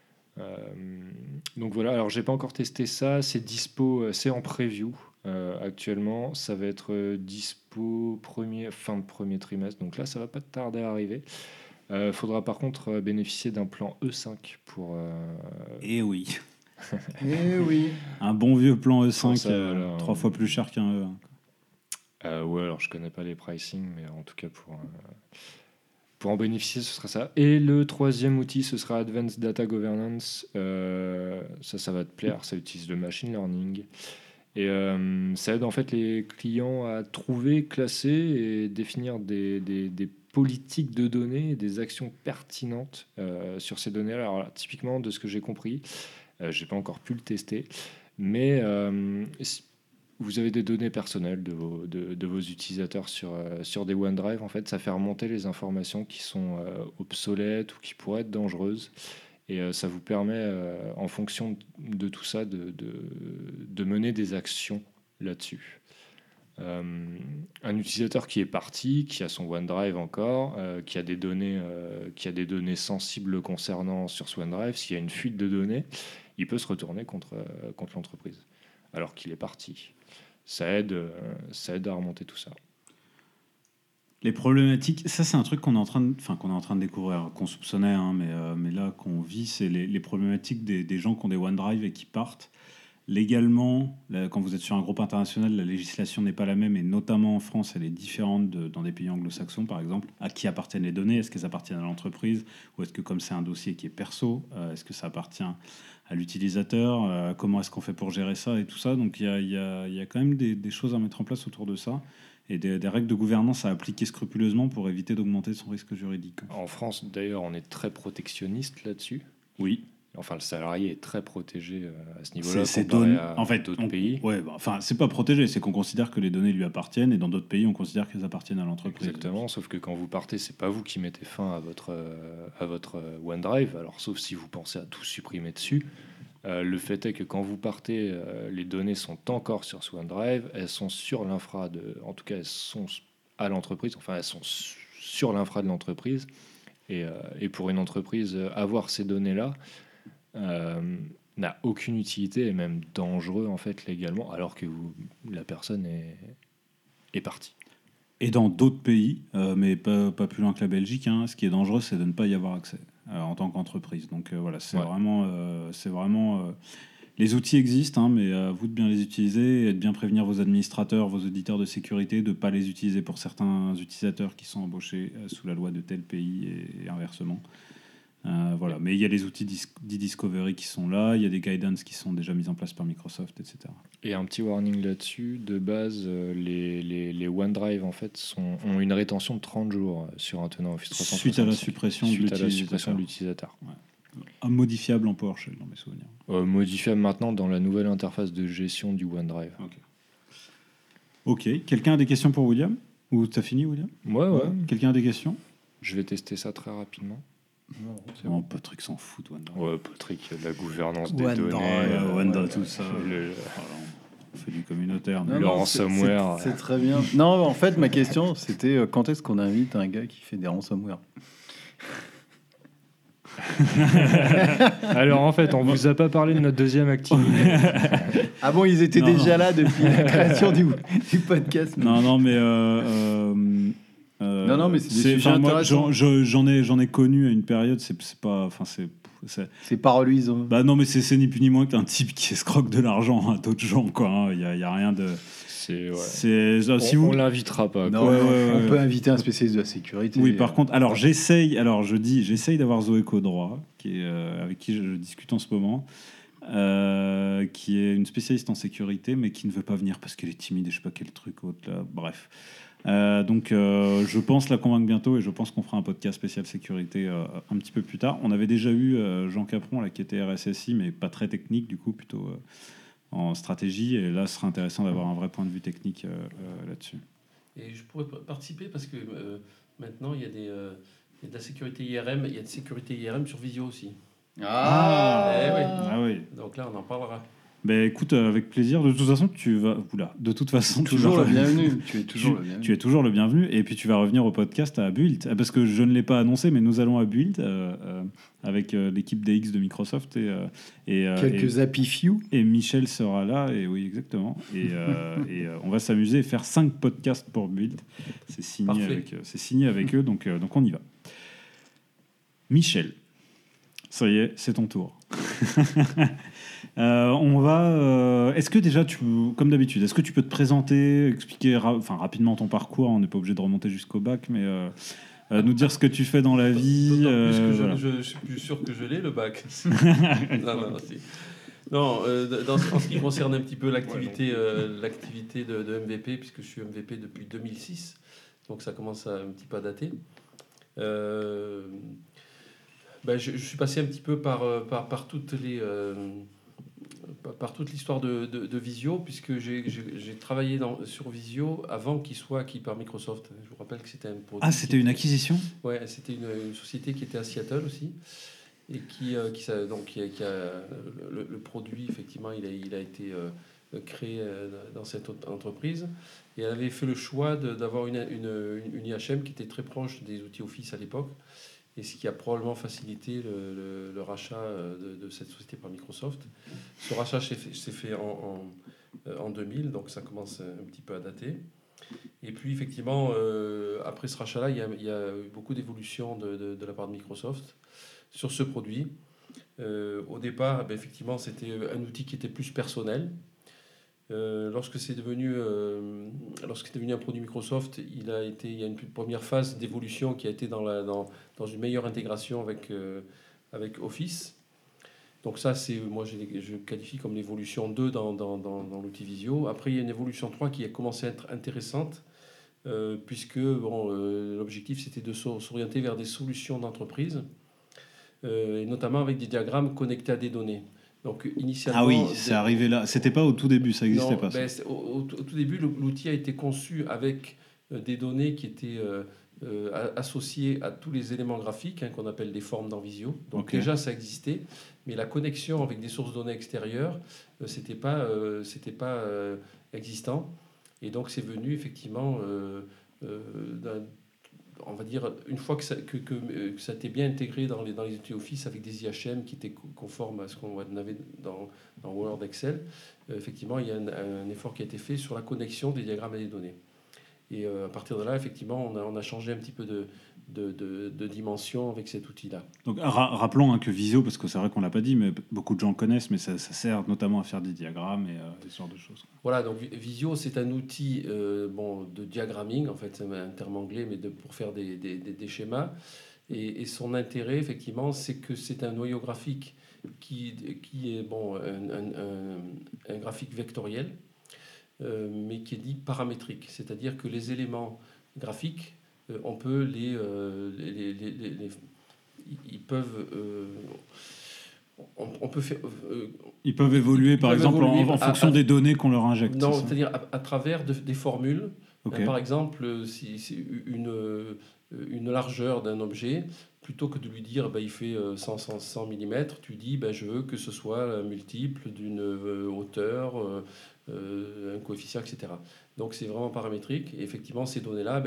Donc voilà, alors j'ai pas encore testé ça, c'est dispo, c'est en preview actuellement, ça va être dispo fin de premier trimestre, donc là ça va pas tarder à arriver. Faudra par contre bénéficier d'un plan E5 pour... Et oui. Eh oui. Un bon vieux plan E5, ça, voilà, 3 fois plus cher qu'un E1. Ouais, alors je connais pas les pricing, mais en tout cas pour en bénéficier, ce sera ça. Et le troisième outil, ce sera Advanced Data Governance. Ça va te plaire, ça utilise le machine learning. Et ça aide en fait les clients à trouver, classer et définir des politiques de données, des actions pertinentes sur ces données. Alors là, typiquement, de ce que j'ai compris, j'ai pas encore pu le tester, mais vous avez des données personnelles de vos utilisateurs sur des OneDrive. En fait, ça fait remonter les informations qui sont obsolètes ou qui pourraient être dangereuses. Et ça vous permet, en fonction de tout ça, de mener des actions là-dessus. Un utilisateur qui est parti, qui a son OneDrive encore, qui a des données sensibles le concernant sur ce OneDrive, s'il y a une fuite de données, il peut se retourner contre l'entreprise, alors qu'il est parti. Ça aide à remonter tout ça. Les problématiques, ça c'est un truc qu'on est en train de découvrir, qu'on soupçonnait, hein, mais là qu'on vit, c'est les problématiques des gens qui ont des OneDrive et qui partent. Légalement, là, quand vous êtes sur un groupe international, la législation n'est pas la même, et notamment en France, elle est différente dans des pays anglo-saxons, par exemple. À qui appartiennent les données? Est-ce qu'elles appartiennent à l'entreprise? Ou est-ce que comme c'est un dossier qui est perso, est-ce que ça appartient à l'utilisateur? Comment est-ce qu'on fait pour gérer ça et tout ça? Donc il y a quand même des choses à mettre en place autour de ça, et des règles de gouvernance à appliquer scrupuleusement pour éviter d'augmenter son risque juridique. En France, d'ailleurs, on est très protectionniste là-dessus. Oui. Enfin, le salarié est très protégé à ce niveau-là C'est comparé donné. à En fait, d'autres pays. Ouais, enfin, c'est pas protégé, c'est qu'on considère que les données lui appartiennent, et dans d'autres pays, on considère qu'elles appartiennent à l'entreprise. Exactement, sauf que quand vous partez, c'est pas vous qui mettez fin à votre OneDrive. Alors, sauf si vous pensez à tout supprimer dessus. Le fait est que quand vous partez, les données sont encore sur ce OneDrive, elles sont sur l'infra en tout cas, elles sont à l'entreprise. Enfin, elles sont sur l'infra de l'entreprise. Et pour une entreprise, avoir ces données-là n'a aucune utilité, et même dangereux en fait légalement, alors que la personne est partie. Et dans d'autres pays, mais pas plus loin que la Belgique, hein, ce qui est dangereux, c'est de ne pas y avoir accès en tant qu'entreprise. Donc voilà, c'est vraiment les outils existent, hein, mais à vous de bien les utiliser et de bien prévenir vos administrateurs, vos auditeurs de sécurité, de ne pas les utiliser pour certains utilisateurs qui sont embauchés sous la loi de tel pays et inversement. Voilà. Mais il y a les outils d'e-discovery qui sont là, il y a des guidance qui sont déjà mis en place par Microsoft, etc. Et un petit warning là-dessus, de base, les OneDrive en fait ont une rétention de 30 jours sur un tenant Office 365. Suite à la suppression de l'utilisateur. Ouais. Modifiable en PowerShell dans mes souvenirs. Modifiable maintenant dans la nouvelle interface de gestion du OneDrive. Ok. Quelqu'un a des questions pour William? Ou t'as fini, William? Ouais. Quelqu'un a des questions? Je vais tester ça très rapidement. Non, C'est bon, Patrick s'en fout, OneDrive. Ouais, Patrick, la gouvernance des OneDrive, données, OneDrive, tout ça. le- On fait du communautaire. Non, Le non, ransomware. c'est très bien. Non, en fait, ma question, c'était quand est-ce qu'on invite un gars qui fait des ransomware? Alors en fait, on vous a pas parlé de notre deuxième activité. Ah bon, ils étaient Non, déjà non. là depuis la création du podcast. Non, mais Non, mais c'est des sujets moi, intéressants. j'en ai connu à une période. C'est pas, enfin C'est pas reluisant. bah non, mais c'est ni plus ni moins qu'un type qui escroque de l'argent à d'autres gens, quoi. hein. Il y a rien de. C'est, ouais. Si on vous. l'invitera pas. Non, quoi. Ouais. on peut inviter un spécialiste de la sécurité. Oui, par contre, j'essaye d'avoir Zoé Caudroy, avec qui je discute en ce moment, qui est une spécialiste en sécurité, mais qui ne veut pas venir parce qu'elle est timide et je sais pas quel truc autre là. Bref. Donc, je pense la convaincre bientôt, et je pense qu'on fera un podcast spécial sécurité un petit peu plus tard. On avait déjà eu Jean Capron là, qui était RSSI, mais pas très technique, du coup plutôt en stratégie. Et là, ce serait intéressant d'avoir un vrai point de vue technique là-dessus. Et je pourrais participer parce que maintenant, il y a de la sécurité IRM, il y a de sécurité IRM sur Visio aussi. Ah, Eh oui. Ah oui. Donc là, on en parlera. Ben écoute, avec plaisir. De toute façon, tu vas. Oula. De toute façon, toujours tu le vas- bienvenu. Tu es toujours le bienvenu. Tu es toujours le bienvenu, et puis tu vas revenir au podcast à Build, parce que je ne l'ai pas annoncé, mais nous allons à Build avec l'équipe DX de Microsoft et Quelques happy few. et Michel sera là, et oui exactement, et on va s'amuser et faire 5 podcasts pour Build. C'est signé avec eux, donc on y va. Michel, ça y est, c'est ton tour. On va. Est-ce que déjà, comme d'habitude, est-ce que tu peux te présenter, expliquer rapidement ton parcours? On n'est pas obligé de remonter jusqu'au bac, mais nous dire ce que tu fais dans la vie. D'autant plus que voilà. je suis plus sûr que je l'ai, le bac. non, si. Non, en ce qui concerne un petit peu l'activité de MVP, puisque je suis MVP depuis 2006, donc ça commence un petit peu à dater. Je suis passé un petit peu par toute l'histoire de Visio, puisque j'ai travaillé sur Visio avant qu'il soit acquis par Microsoft. Je vous rappelle que c'était un produit. Ah, c'était une acquisition? Ouais, c'était une société qui était à Seattle aussi, et qui a le produit, effectivement, il a été créé dans cette entreprise, et elle avait fait le choix d'avoir une IHM qui était très proche des outils Office à l'époque, et ce qui a probablement facilité le rachat de cette société par Microsoft. Ce rachat s'est fait en 2000, donc ça commence un petit peu à dater. Et puis, effectivement, après ce rachat-là, il y a eu beaucoup d'évolutions de la part de Microsoft sur ce produit. Au départ, effectivement, c'était un outil qui était plus personnel. Lorsque c'est devenu un produit Microsoft, il y a une première phase d'évolution qui a été dans une meilleure intégration avec Office. Donc ça, je qualifie comme l'évolution 2 dans l'outil Visio. Après, il y a une évolution 3 qui a commencé à être intéressante, puisque l'objectif, c'était de s'orienter vers des solutions d'entreprise, et notamment avec des diagrammes connectés à des données. Donc, initialement, Ah oui, c'est arrivé là. C'était pas au tout début, ça n'existait pas. Ça. Au tout début, l'outil a été conçu avec des données qui étaient associées à tous les éléments graphiques, qu'on appelle des formes dans Visio. Donc déjà, ça existait, mais la connexion avec des sources de données extérieures, c'était pas existant. Et donc, c'est venu effectivement on va dire, une fois que ça a été bien intégré dans les outils Office avec des IHM qui étaient conformes à ce qu'on avait dans Word, Excel, effectivement, il y a un effort qui a été fait sur la connexion des diagrammes à des données. Et à partir de là, effectivement, on a changé un petit peu de dimension avec cet outil-là. Donc rappelons que Visio, parce que c'est vrai qu'on ne l'a pas dit, mais beaucoup de gens le connaissent, mais ça sert notamment à faire des diagrammes et ce genre de choses. Voilà, donc Visio, c'est un outil de diagramming, en fait, c'est un terme anglais, mais pour faire des schémas. Et son intérêt, effectivement, c'est que c'est un noyau graphique qui est un graphique vectoriel, mais qui est dit paramétrique, c'est-à-dire que les éléments graphiques, on peut ils peuvent évoluer, par exemple, en fonction des données qu'on leur injecte. Non, c'est-à-dire à travers des formules. Okay. Par exemple, si une largeur d'un objet, plutôt que de lui dire il fait 100 mm, tu dis je veux que ce soit un multiple d'une hauteur, un coefficient, etc. Donc c'est vraiment paramétrique. Et effectivement, ces données-là,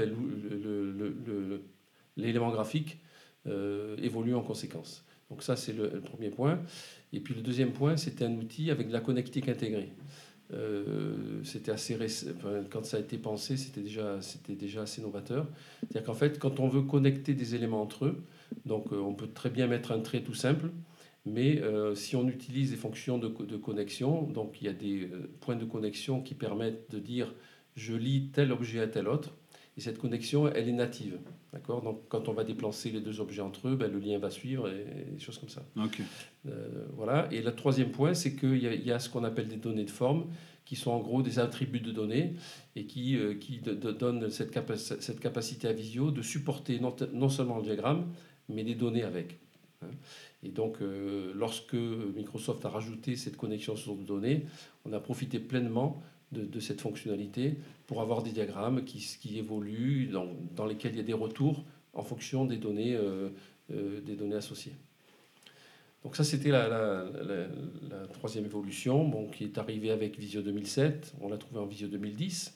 l'élément graphique évolue en conséquence. Donc ça, c'est le premier point. Et puis le deuxième point, c'était un outil avec de la connectique intégrée. C'était assez quand ça a été pensé, c'était déjà assez novateur. C'est-à-dire qu'en fait, quand on veut connecter des éléments entre eux, donc on peut très bien mettre un trait tout simple, mais si on utilise des fonctions de connexion, donc il y a des points de connexion qui permettent de dire je lis tel objet à tel autre, et cette connexion, elle est native. D'accord ? Donc quand on va déplacer les deux objets entre eux, le lien va suivre et des choses comme ça. Okay. Voilà. Et le troisième point, c'est qu'il y a ce qu'on appelle des données de forme, qui sont en gros des attributs de données et qui donnent cette capacité à Visio de supporter non seulement le diagramme, mais des données avec. Et donc, lorsque Microsoft a rajouté cette connexion sur de données, on a profité pleinement de cette fonctionnalité pour avoir des diagrammes qui évoluent, dans lesquels il y a des retours en fonction des données associées. Donc ça, c'était la troisième évolution, qui est arrivée avec Visio 2007. On l'a trouvé en Visio 2010.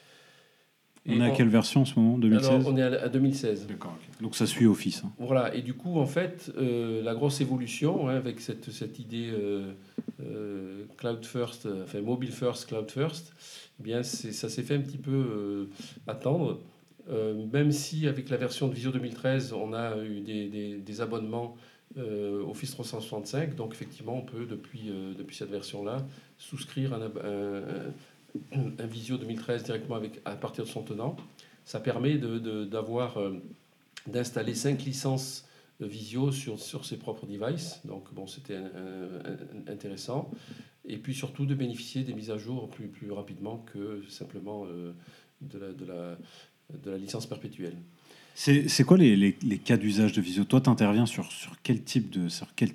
On est à quelle version en ce moment, 2016 ? Alors, on est à 2016. D'accord, okay. Donc ça suit Office. Voilà, et du coup, en fait, la grosse évolution, avec cette idée cloud first, mobile first, cloud first, eh bien, ça s'est fait un petit peu attendre. Même si avec la version de Visio 2013, on a eu des abonnements Office 365, donc effectivement, on peut, depuis cette version-là, souscrire un Visio 2013 directement à partir de son tenant. Ça permet d'installer 5 licences Visio sur ses propres devices. Donc c'était intéressant. Et puis surtout de bénéficier des mises à jour plus rapidement que simplement de la licence perpétuelle. C'est quoi les cas d'usage de Visio ? Toi, tu interviens sur quel type d'usage ?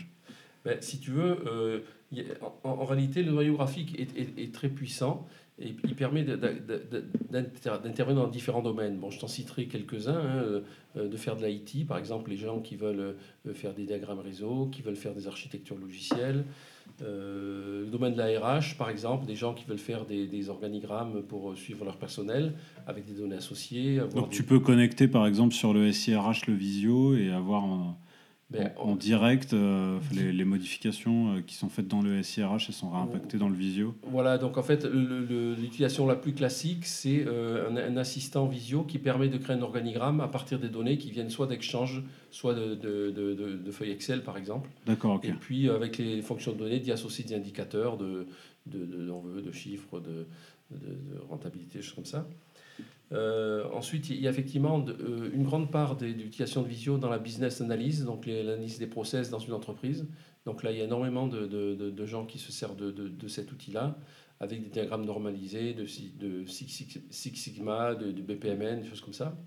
Si tu veux, en réalité, le noyau graphique est très puissant et il permet d'intervenir dans différents domaines. Je t'en citerai quelques-uns, de faire de l'IT, par exemple, les gens qui veulent faire des diagrammes réseau, qui veulent faire des architectures logicielles. Le domaine de la RH, par exemple, des gens qui veulent faire des organigrammes pour suivre leur personnel avec des données associées. Donc tu peux connecter, par exemple, sur le SIRH le Visio et avoir Ben, En direct, les modifications qui sont faites dans le SIRH, elles sont réimpactées dans le visio. Voilà, donc en fait, l'utilisation la plus classique, c'est un assistant visio qui permet de créer un organigramme à partir des données qui viennent soit d'Exchange, soit de feuilles Excel, par exemple. D'accord, ok. Et puis, avec les fonctions de données, d'y associer des indicateurs de chiffres, de rentabilité, des choses comme ça. Ensuite, il y a effectivement une grande part d'utilisation de visio dans la business analyse, donc l'analyse des process dans une entreprise. Donc là, il y a énormément de gens qui se servent de cet outil-là, avec des diagrammes normalisés, de Six Sigma, de BPMN, des choses comme ça.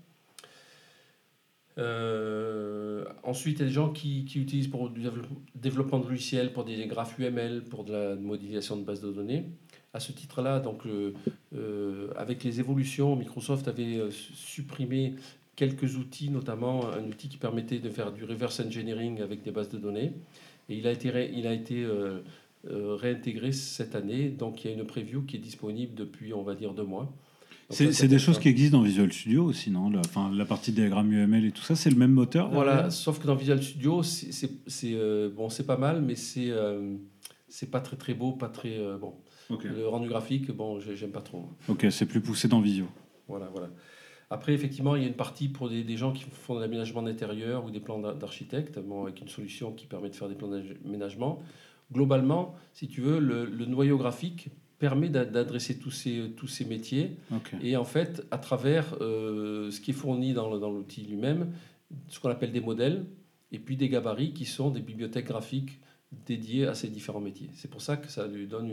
Ensuite, il y a des gens qui utilisent pour du développement de logiciels, pour des graphes UML, pour de la modélisation de bases de données. À ce titre-là, donc, avec les évolutions, Microsoft avait supprimé quelques outils, notamment un outil qui permettait de faire du reverse engineering avec des bases de données. Et il a été réintégré cette année. Donc, il y a une preview qui est disponible depuis, on va dire, 2 mois. C'est des choses qui existent dans Visual Studio aussi, non? La partie diagramme UML et tout ça, c'est le même moteur Voilà, derrière. sauf que dans Visual Studio, c'est pas mal, mais c'est pas très très beau, pas très bon. Ok. Le rendu graphique, bon, j'aime pas trop. Ok, c'est plus poussé dans Visio. Voilà. Après, effectivement, il y a une partie pour des gens qui font de l'aménagement d'intérieur ou des plans d'architecte, bon, avec une solution qui permet de faire des plans d'aménagement. Globalement, si tu veux, le noyau graphique permet d'adresser tous ces métiers. Ok. Et en fait, à travers ce qui est fourni dans l'outil lui-même, ce qu'on appelle des modèles, et puis des gabarits qui sont des bibliothèques graphiques dédiées à ces différents métiers. C'est pour ça que ça lui donne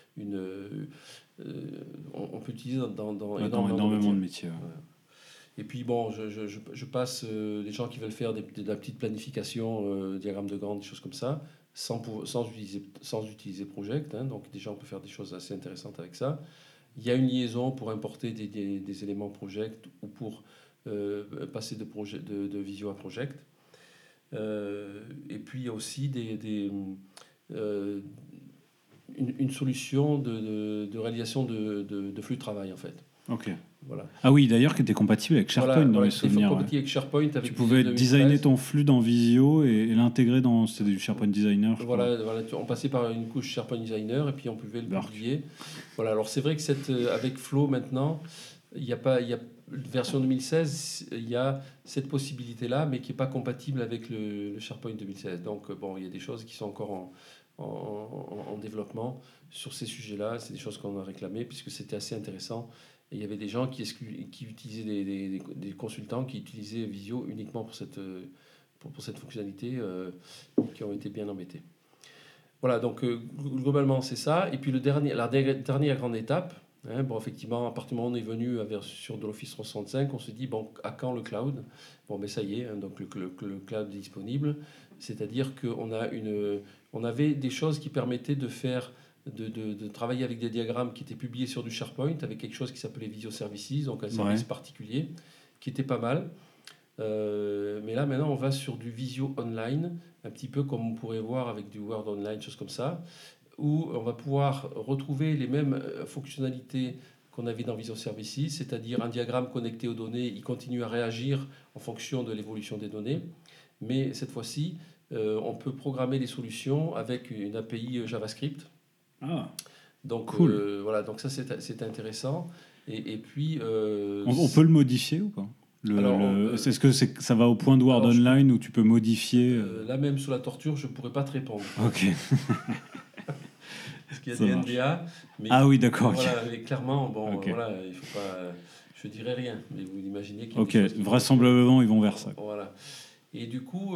on peut utiliser dans énormément de métiers. Ouais. Voilà. Et puis bon, je passe les gens qui veulent faire de la petite planification, diagramme de Gantt, des choses comme ça, sans utiliser Project. Hein, donc déjà, on peut faire des choses assez intéressantes avec ça. Il y a une liaison pour importer des éléments Project ou pour passer de Visio à Project. Et puis il y a aussi une solution de réalisation de flux de travail, en fait. Ok. Voilà. Ah oui, d'ailleurs, qui était compatible avec SharePoint dans les souvenirs. Compatible avec SharePoint. Avec tu pouvais designer ton flux dans Visio et l'intégrer dans... C'était du SharePoint Designer, je crois. On passait par une couche SharePoint Designer et puis on pouvait le publier. Voilà, alors c'est vrai que avec Flow, maintenant, il y a version 2016, il y a cette possibilité-là, mais qui n'est pas compatible avec le SharePoint 2016. Donc, bon, il y a des choses qui sont encore en développement sur ces sujets-là. C'est des choses qu'on a réclamées puisque c'était assez intéressant. Et il y avait des gens qui utilisaient des consultants qui utilisaient Visio uniquement pour cette fonctionnalité qui ont été bien embêtés. Voilà, donc globalement c'est ça. Et puis la dernière grande étape, hein, bon, effectivement, à partir du moment où on est venu sur de l'Office 365, on se dit, bon, à quand le cloud? Bon, ben ça y est, hein, donc le cloud est disponible. C'est-à-dire on avait des choses qui permettaient de faire... De travailler avec des diagrammes qui étaient publiés sur du SharePoint avec quelque chose qui s'appelait Visio Services, donc un service particulier qui était pas mal. Mais là, maintenant, on va sur du Visio Online, un petit peu comme on pourrait voir avec du Word Online, choses comme ça, où on va pouvoir retrouver les mêmes fonctionnalités qu'on avait dans Visio Services, c'est-à-dire un diagramme connecté aux données, il continue à réagir en fonction de l'évolution des données, mais cette fois-ci, on peut programmer les solutions avec une API JavaScript. Ah, donc cool. Voilà, donc ça c'est intéressant. Et puis on peut le modifier ou pas? Est-ce que ça va au point de Word Online où tu peux modifier là même sous la torture, je pourrais pas te répondre. Ok. Parce qu'il y a des NDA. Mais, ah oui, d'accord. Voilà, mais clairement, bon, okay. Voilà, il faut pas. Je dirais rien, mais vous imaginez qu'il y a des choses vraisemblablement, ils vont vers ça. Voilà. Et du coup,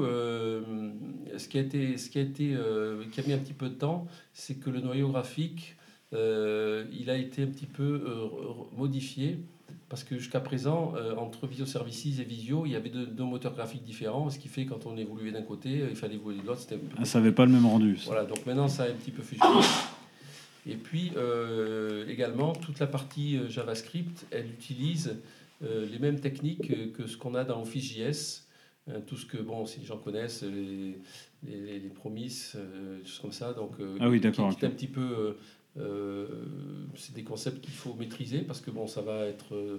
ce qui a mis un petit peu de temps, c'est que le noyau graphique, il a été un petit peu modifié, parce que jusqu'à présent, entre Visio Services et Visio, il y avait deux moteurs graphiques différents, ce qui fait que quand on évoluait d'un côté, il fallait évoluer de l'autre. Ça n'avait pas le même rendu. Ça. Voilà, donc maintenant, ça a un petit peu fusionné. Et puis, également, toute la partie JavaScript, elle utilise les mêmes techniques que ce qu'on a dans Office.js. Tout ce que, bon, si les gens connaissent, les promises, des choses comme ça. Donc, ah oui, d'accord. Qui est un petit peu... c'est des concepts qu'il faut maîtriser parce que, bon, ça va être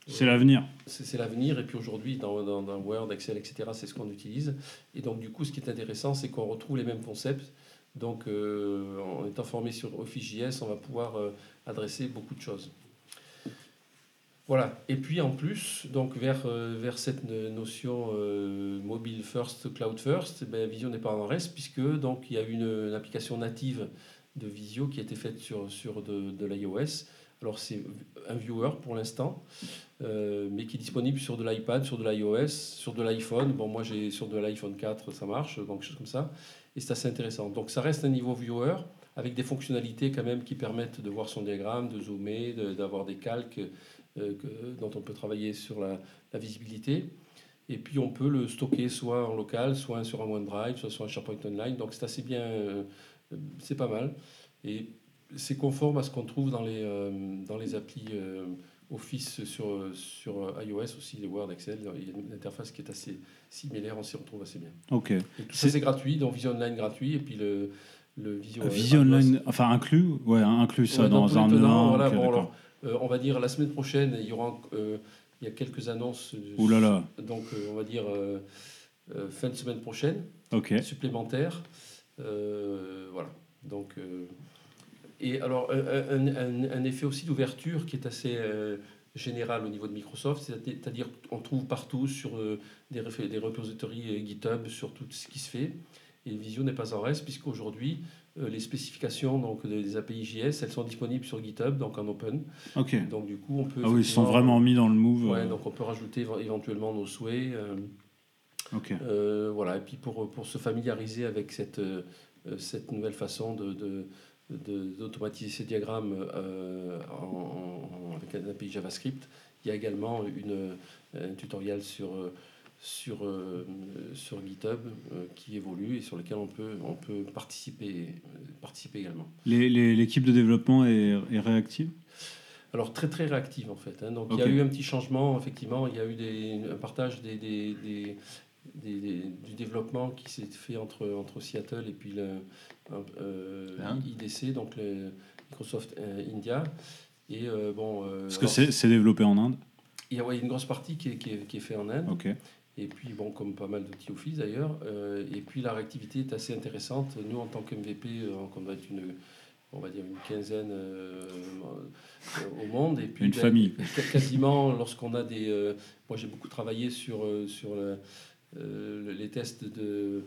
C'est l'avenir. C'est l'avenir. Et puis aujourd'hui, dans Word, Excel, etc., c'est ce qu'on utilise. Et donc, du coup, ce qui est intéressant, c'est qu'on retrouve les mêmes concepts. Donc, en étant formé sur Office.js, on va pouvoir adresser beaucoup de choses. Voilà. Et puis, en plus, donc, vers cette notion mobile first, cloud first, ben, Visio n'est pas en reste, puisque donc, il y a une application native de Visio qui a été faite sur de l'iOS. Alors, c'est un viewer pour l'instant, mais qui est disponible sur de l'iPad, sur de l'iOS, sur de l'iPhone. Bon, moi, j'ai sur de l'iPhone 4, ça marche, donc quelque chose comme ça. Et c'est assez intéressant. Donc, ça reste un niveau viewer avec des fonctionnalités quand même qui permettent de voir son diagramme, de zoomer, d'avoir des calques dont on peut travailler sur la visibilité. Et puis, on peut le stocker soit en local, soit sur un OneDrive, soit sur un SharePoint Online. Donc, c'est assez bien, c'est pas mal. Et c'est conforme à ce qu'on trouve dans les applis Office sur iOS aussi, les Word, Excel. Il y a une interface qui est assez similaire, on s'y retrouve assez bien. Ok. Et tout ça, c'est gratuit, donc Visio Online gratuit, et puis le Visio... Visio Online, enfin inclus, ouais, inclus ça Ouais, dans un maintenant, voilà, ok, bon, d'accord. alors, on va dire la semaine prochaine, il y a quelques annonces. Ouh là là. Donc, on va dire fin de semaine prochaine, Ok. supplémentaire. Voilà. Donc, et alors, un effet aussi d'ouverture qui est assez général au niveau de Microsoft, c'est-à-dire qu'on trouve partout sur des repositories GitHub sur tout ce qui se fait. Et Visio n'est pas en reste, puisqu'aujourd'hui, les spécifications donc, des API JS, elles sont disponibles sur GitHub, donc en open. Ok. Donc du coup, on peut... Ah oui, ils sont vraiment mis dans le move. Ouais, donc on peut rajouter éventuellement nos souhaits. Ok. Voilà, et puis pour se familiariser avec cette nouvelle façon d'automatiser ces diagrammes avec un API JavaScript, il y a également un tutoriel sur GitHub qui évolue et sur lequel on peut participer également. L'équipe de développement est réactive? Alors très très réactive en fait. Hein. Donc Ok. il y a eu un petit changement, effectivement, il y a eu un partage du développement qui s'est fait entre Seattle et puis IDC, donc le Microsoft India. Et Parce que c'est développé en Inde. Il y a une grosse partie qui est faite en Inde. Ok. Et puis, bon, comme pas mal d'outils Office d'ailleurs. Et puis, la réactivité est assez intéressante. Nous, en tant qu'MVP, on doit être on va dire une quinzaine au monde. Et puis, Une famille. Quasiment, lorsqu'on a des... moi, j'ai beaucoup travaillé sur les tests de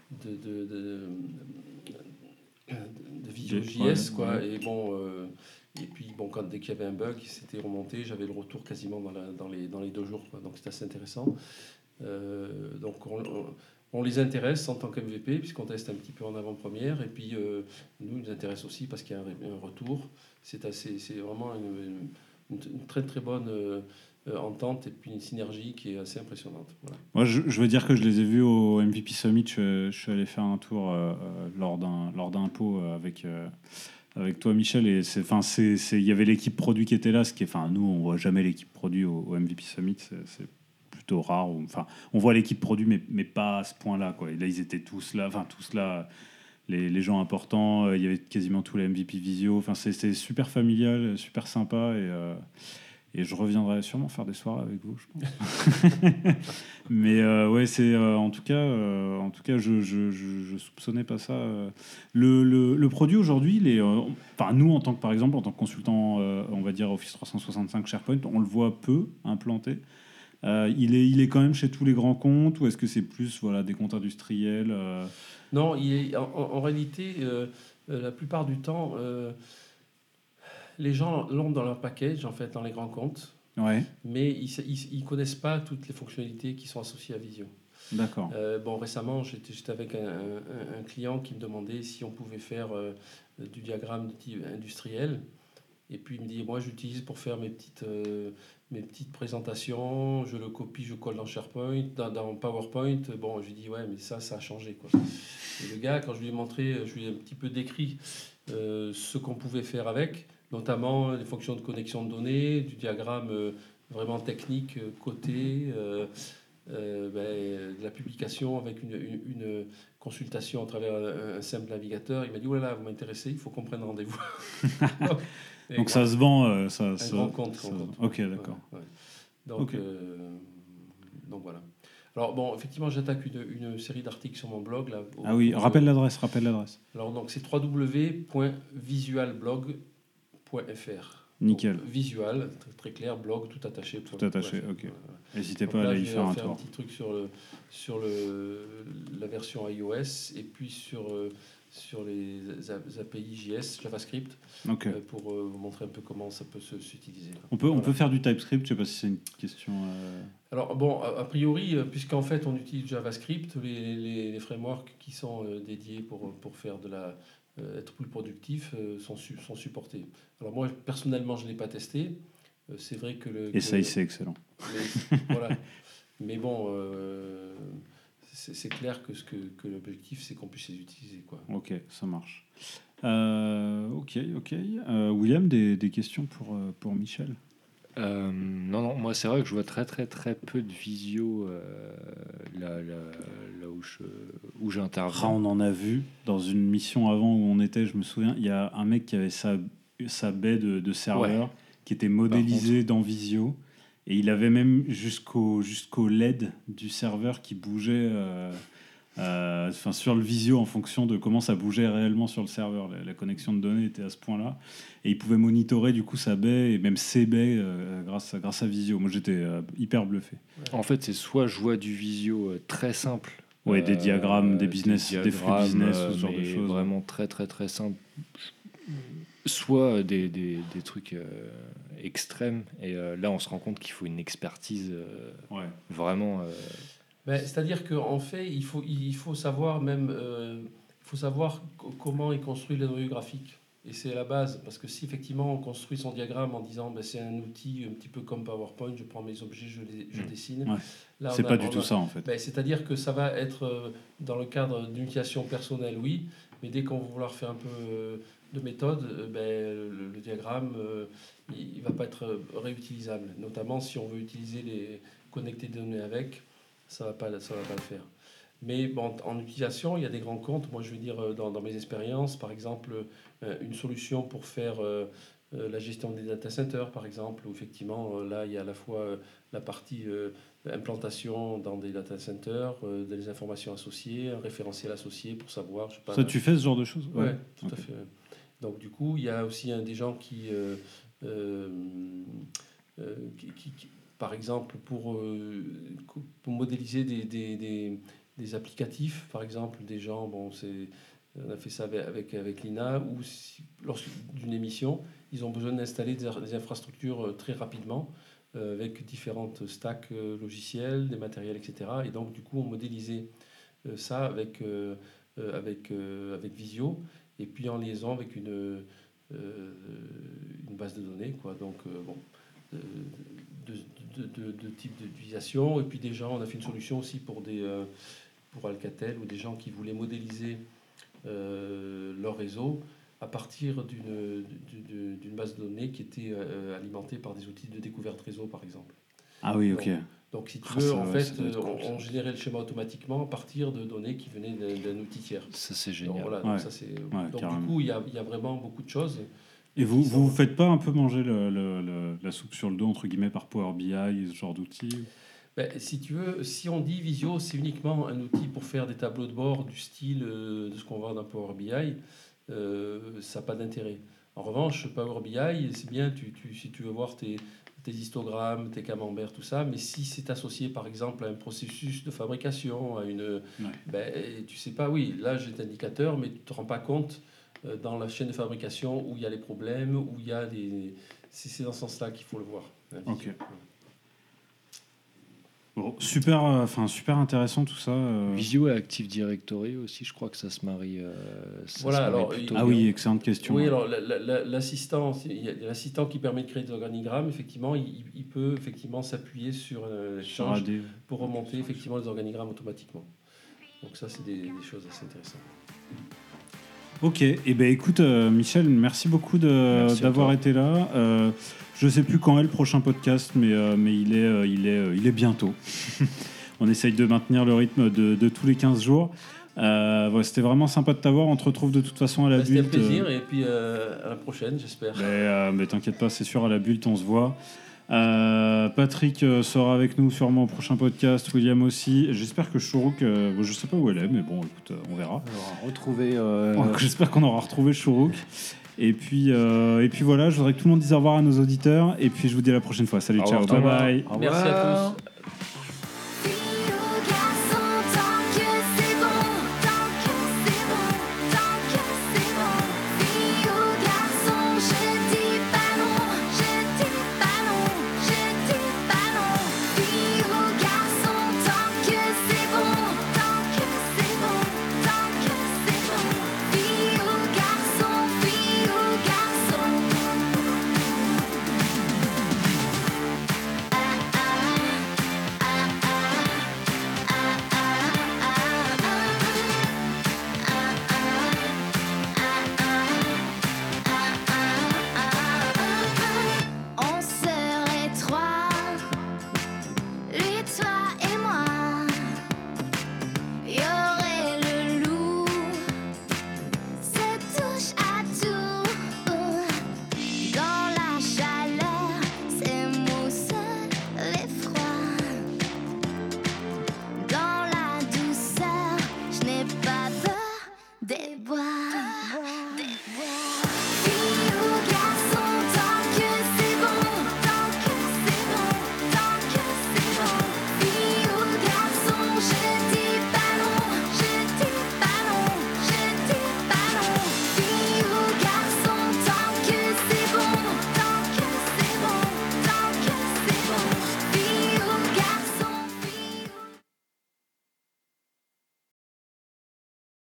Visio.js, quoi. Ouais. Et bon... et puis, bon, dès qu'il y avait un bug, c'était remonté, j'avais le retour quasiment dans les 2 jours, quoi. Donc, c'est assez intéressant. Donc, on les intéresse en tant qu'MVP, puisqu'on teste un petit peu en avant-première. Et puis, nous, nous intéresse aussi parce qu'il y a un retour. C'est vraiment une très, très bonne entente et puis une synergie qui est assez impressionnante. Voilà. Moi, je veux dire que je les ai vus au MVP Summit. Je suis allé faire un tour lors d'un pot avec toi, Michel, et il y avait l'équipe produit qui était là, nous on voit jamais l'équipe produit au MVP Summit, c'est plutôt rare. On voit l'équipe produit, mais pas à ce point-là, quoi. Et là, ils étaient tous là, les gens importants. Il y avait quasiment tous les MVP Visio. C'était super familial, super sympa, et je reviendrai sûrement faire des soirées avec vous, je pense. Mais ouais, c'est en tout cas, je soupçonnais pas ça. Le produit aujourd'hui, nous en tant que consultant, on va dire Office 365 SharePoint, on le voit peu implanté. Il est quand même chez tous les grands comptes, ou est-ce que c'est plus des comptes industriels Non, il est en réalité la plupart du temps. Les gens l'ont dans leur package, en fait, dans les grands comptes, Ouais, mais ils ne connaissent pas toutes les fonctionnalités qui sont associées à Visio. d'accord. Récemment, j'étais avec un client qui me demandait si on pouvait faire du diagramme de type industriel. Et puis il me dit, moi j'utilise pour faire mes petites présentations, je le copie, je colle dans SharePoint, dans PowerPoint. Bon, je lui dis, ouais, mais ça a changé, quoi. Et le gars, quand je lui ai montré, je lui ai un petit peu décrit ce qu'on pouvait faire avec, notamment les fonctions de connexion de données, du diagramme vraiment technique côté, de la publication avec une consultation à travers un simple navigateur. Il m'a dit, oh là là, vous m'intéressez, il faut qu'on prenne rendez-vous. Donc ça se vend, un grand compte. Ok, d'accord. Ouais. Donc, Ok. donc voilà. Alors bon, effectivement, j'attaque une série d'articles sur mon blog. Là, Ah oui, rappelle l'adresse. Alors donc c'est www.visualblog.fr. Nickel. Donc, visual, très clair, blog, tout attaché. Tout attaché, ok. N'hésitez Donc pas à là, aller y je vais faire un faire un tour. petit truc sur la version iOS et puis sur les API JS, JavaScript, Ok. pour vous montrer un peu comment ça peut s'utiliser. On peut Voilà. faire du TypeScript, je sais pas si c'est une question. Alors bon, a priori, puisqu'en fait on utilise JavaScript, les frameworks qui sont dédiés pour faire être plus productif sont supportés. Alors moi personnellement je ne l'ai pas testé. C'est vrai que Essaye, c'est excellent. voilà. Mais bon, c'est clair que l'objectif c'est qu'on puisse les utiliser, quoi. Ok, ça marche. Ok. William, des questions pour Michel? Non, moi c'est vrai que je vois très peu de visio là où Ah, j'interviens. on en a vu dans une mission avant où on était, je me souviens, il y a un mec qui avait sa baie de serveur qui était modélisée dans Visio et il avait même jusqu'au LED du serveur qui bougeait sur le Visio en fonction de comment ça bougeait réellement sur le serveur. La connexion de données était à ce point-là et il pouvait monitorer du coup sa baie et même ses baies grâce à Visio. Moi j'étais hyper bluffé. En fait, c'est soit je vois du visio très simple. Ouais, des diagrammes, des business, des flux business, ce genre de mais choses. vraiment très simple. Soit des trucs extrêmes. Et là, on se rend compte qu'il faut une expertise Ouais. vraiment. Ben, c'est-à-dire qu'en fait, il faut savoir même comment est construit le noyau graphique. Et c'est la base, parce que si effectivement on construit son diagramme en disant ben, c'est un outil un petit peu comme PowerPoint, je prends mes objets, je dessine. Ouais. Là, C'est pas du tout ça en fait. Ben, c'est-à-dire que ça va être dans le cadre d'une utilisation personnelle, oui, mais dès qu'on va vouloir faire un peu de méthode, le diagramme, il va pas être réutilisable. Notamment si on veut connecter des données avec, ça va pas le faire. Mais bon, en utilisation, il y a des grands comptes. Moi, je veux dire, dans mes expériences, par exemple, une solution pour faire la gestion des data centers, par exemple, où effectivement, là, il y a à la fois la partie implantation dans des data centers, des informations associées, un référentiel associé pour savoir. Je sais pas, Ça, tu fais ce genre de choses? Ouais, tout Ok. à fait. Donc, du coup, il y a aussi des gens qui par exemple, pour modéliser des applicatifs, par exemple, des gens, on a fait ça avec l'INA, où lors d'une émission, ils ont besoin d'installer des infrastructures très rapidement, avec différentes stacks logiciels, des matériels, etc. Et donc, du coup, on modélisait ça avec Visio, et puis en liaison avec une base de données, quoi. Donc, de type d'utilisation. Et puis déjà, on a fait une solution aussi pour Alcatel, ou des gens qui voulaient modéliser leur réseau à partir d'une base de données qui était alimentée par des outils de découverte réseau, par exemple. Ah oui, ok. Donc, si tu Ah, veux, ça, en ouais, fait, ça doit être cool, ça. on générait le schéma automatiquement à partir de données qui venaient d'un outil tiers. Ça, c'est Donc, génial. voilà, Ouais. donc ça, c'est... Ouais, donc carrément. du coup, il y a vraiment beaucoup de choses. Et vous faites pas un peu manger la soupe sur le dos, entre guillemets, par Power BI et ce genre d'outils? Ben, si tu veux, si on dit Visio, c'est uniquement un outil pour faire des tableaux de bord du style de ce qu'on voit dans Power BI, ça n'a pas d'intérêt. En revanche, Power BI, c'est bien si tu veux voir tes histogrammes, tes camemberts, tout ça, mais si c'est associé par exemple à un processus de fabrication, tu sais pas, oui, là j'ai l'indicateur, mais tu ne te rends pas compte dans la chaîne de fabrication où il y a les problèmes, où il y a des... C'est dans ce sens-là qu'il faut le voir. Ok. Bon, super intéressant tout ça. Visio et Active Directory aussi, je crois que ça se marie. Voilà, alors, plutôt Ah bien. oui, excellente question. Oui, Ouais. alors l'assistant, il y a l'assistant qui permet de créer des organigrammes. Effectivement, il peut effectivement s'appuyer sur Sur l'échange AD. pour remonter effectivement les organigrammes automatiquement. Donc ça, c'est des choses assez intéressantes. Ok, et ben écoute Michel, merci beaucoup Merci à d'avoir toi. été là. Je sais plus quand est le prochain podcast, mais il est bientôt. On essaye de maintenir le rythme de tous les 15 jours. Voilà, c'était vraiment sympa de t'avoir. On te retrouve de toute façon à la C'était un Bulte. plaisir et puis à la prochaine, j'espère. Mais t'inquiète pas, c'est sûr, à la Bulte, on se voit. Patrick sera avec nous sûrement au prochain podcast, William aussi. J'espère que Chourouk, je sais pas où elle est, mais bon, écoute, on verra. Alors, retrouver. J'espère qu'on aura retrouvé Chourouk. Et puis voilà, je voudrais que tout le monde dise au revoir à nos auditeurs. Et puis je vous dis à la prochaine fois. Salut, Au ciao, revoir. bye bye. Au Merci à revoir. tous.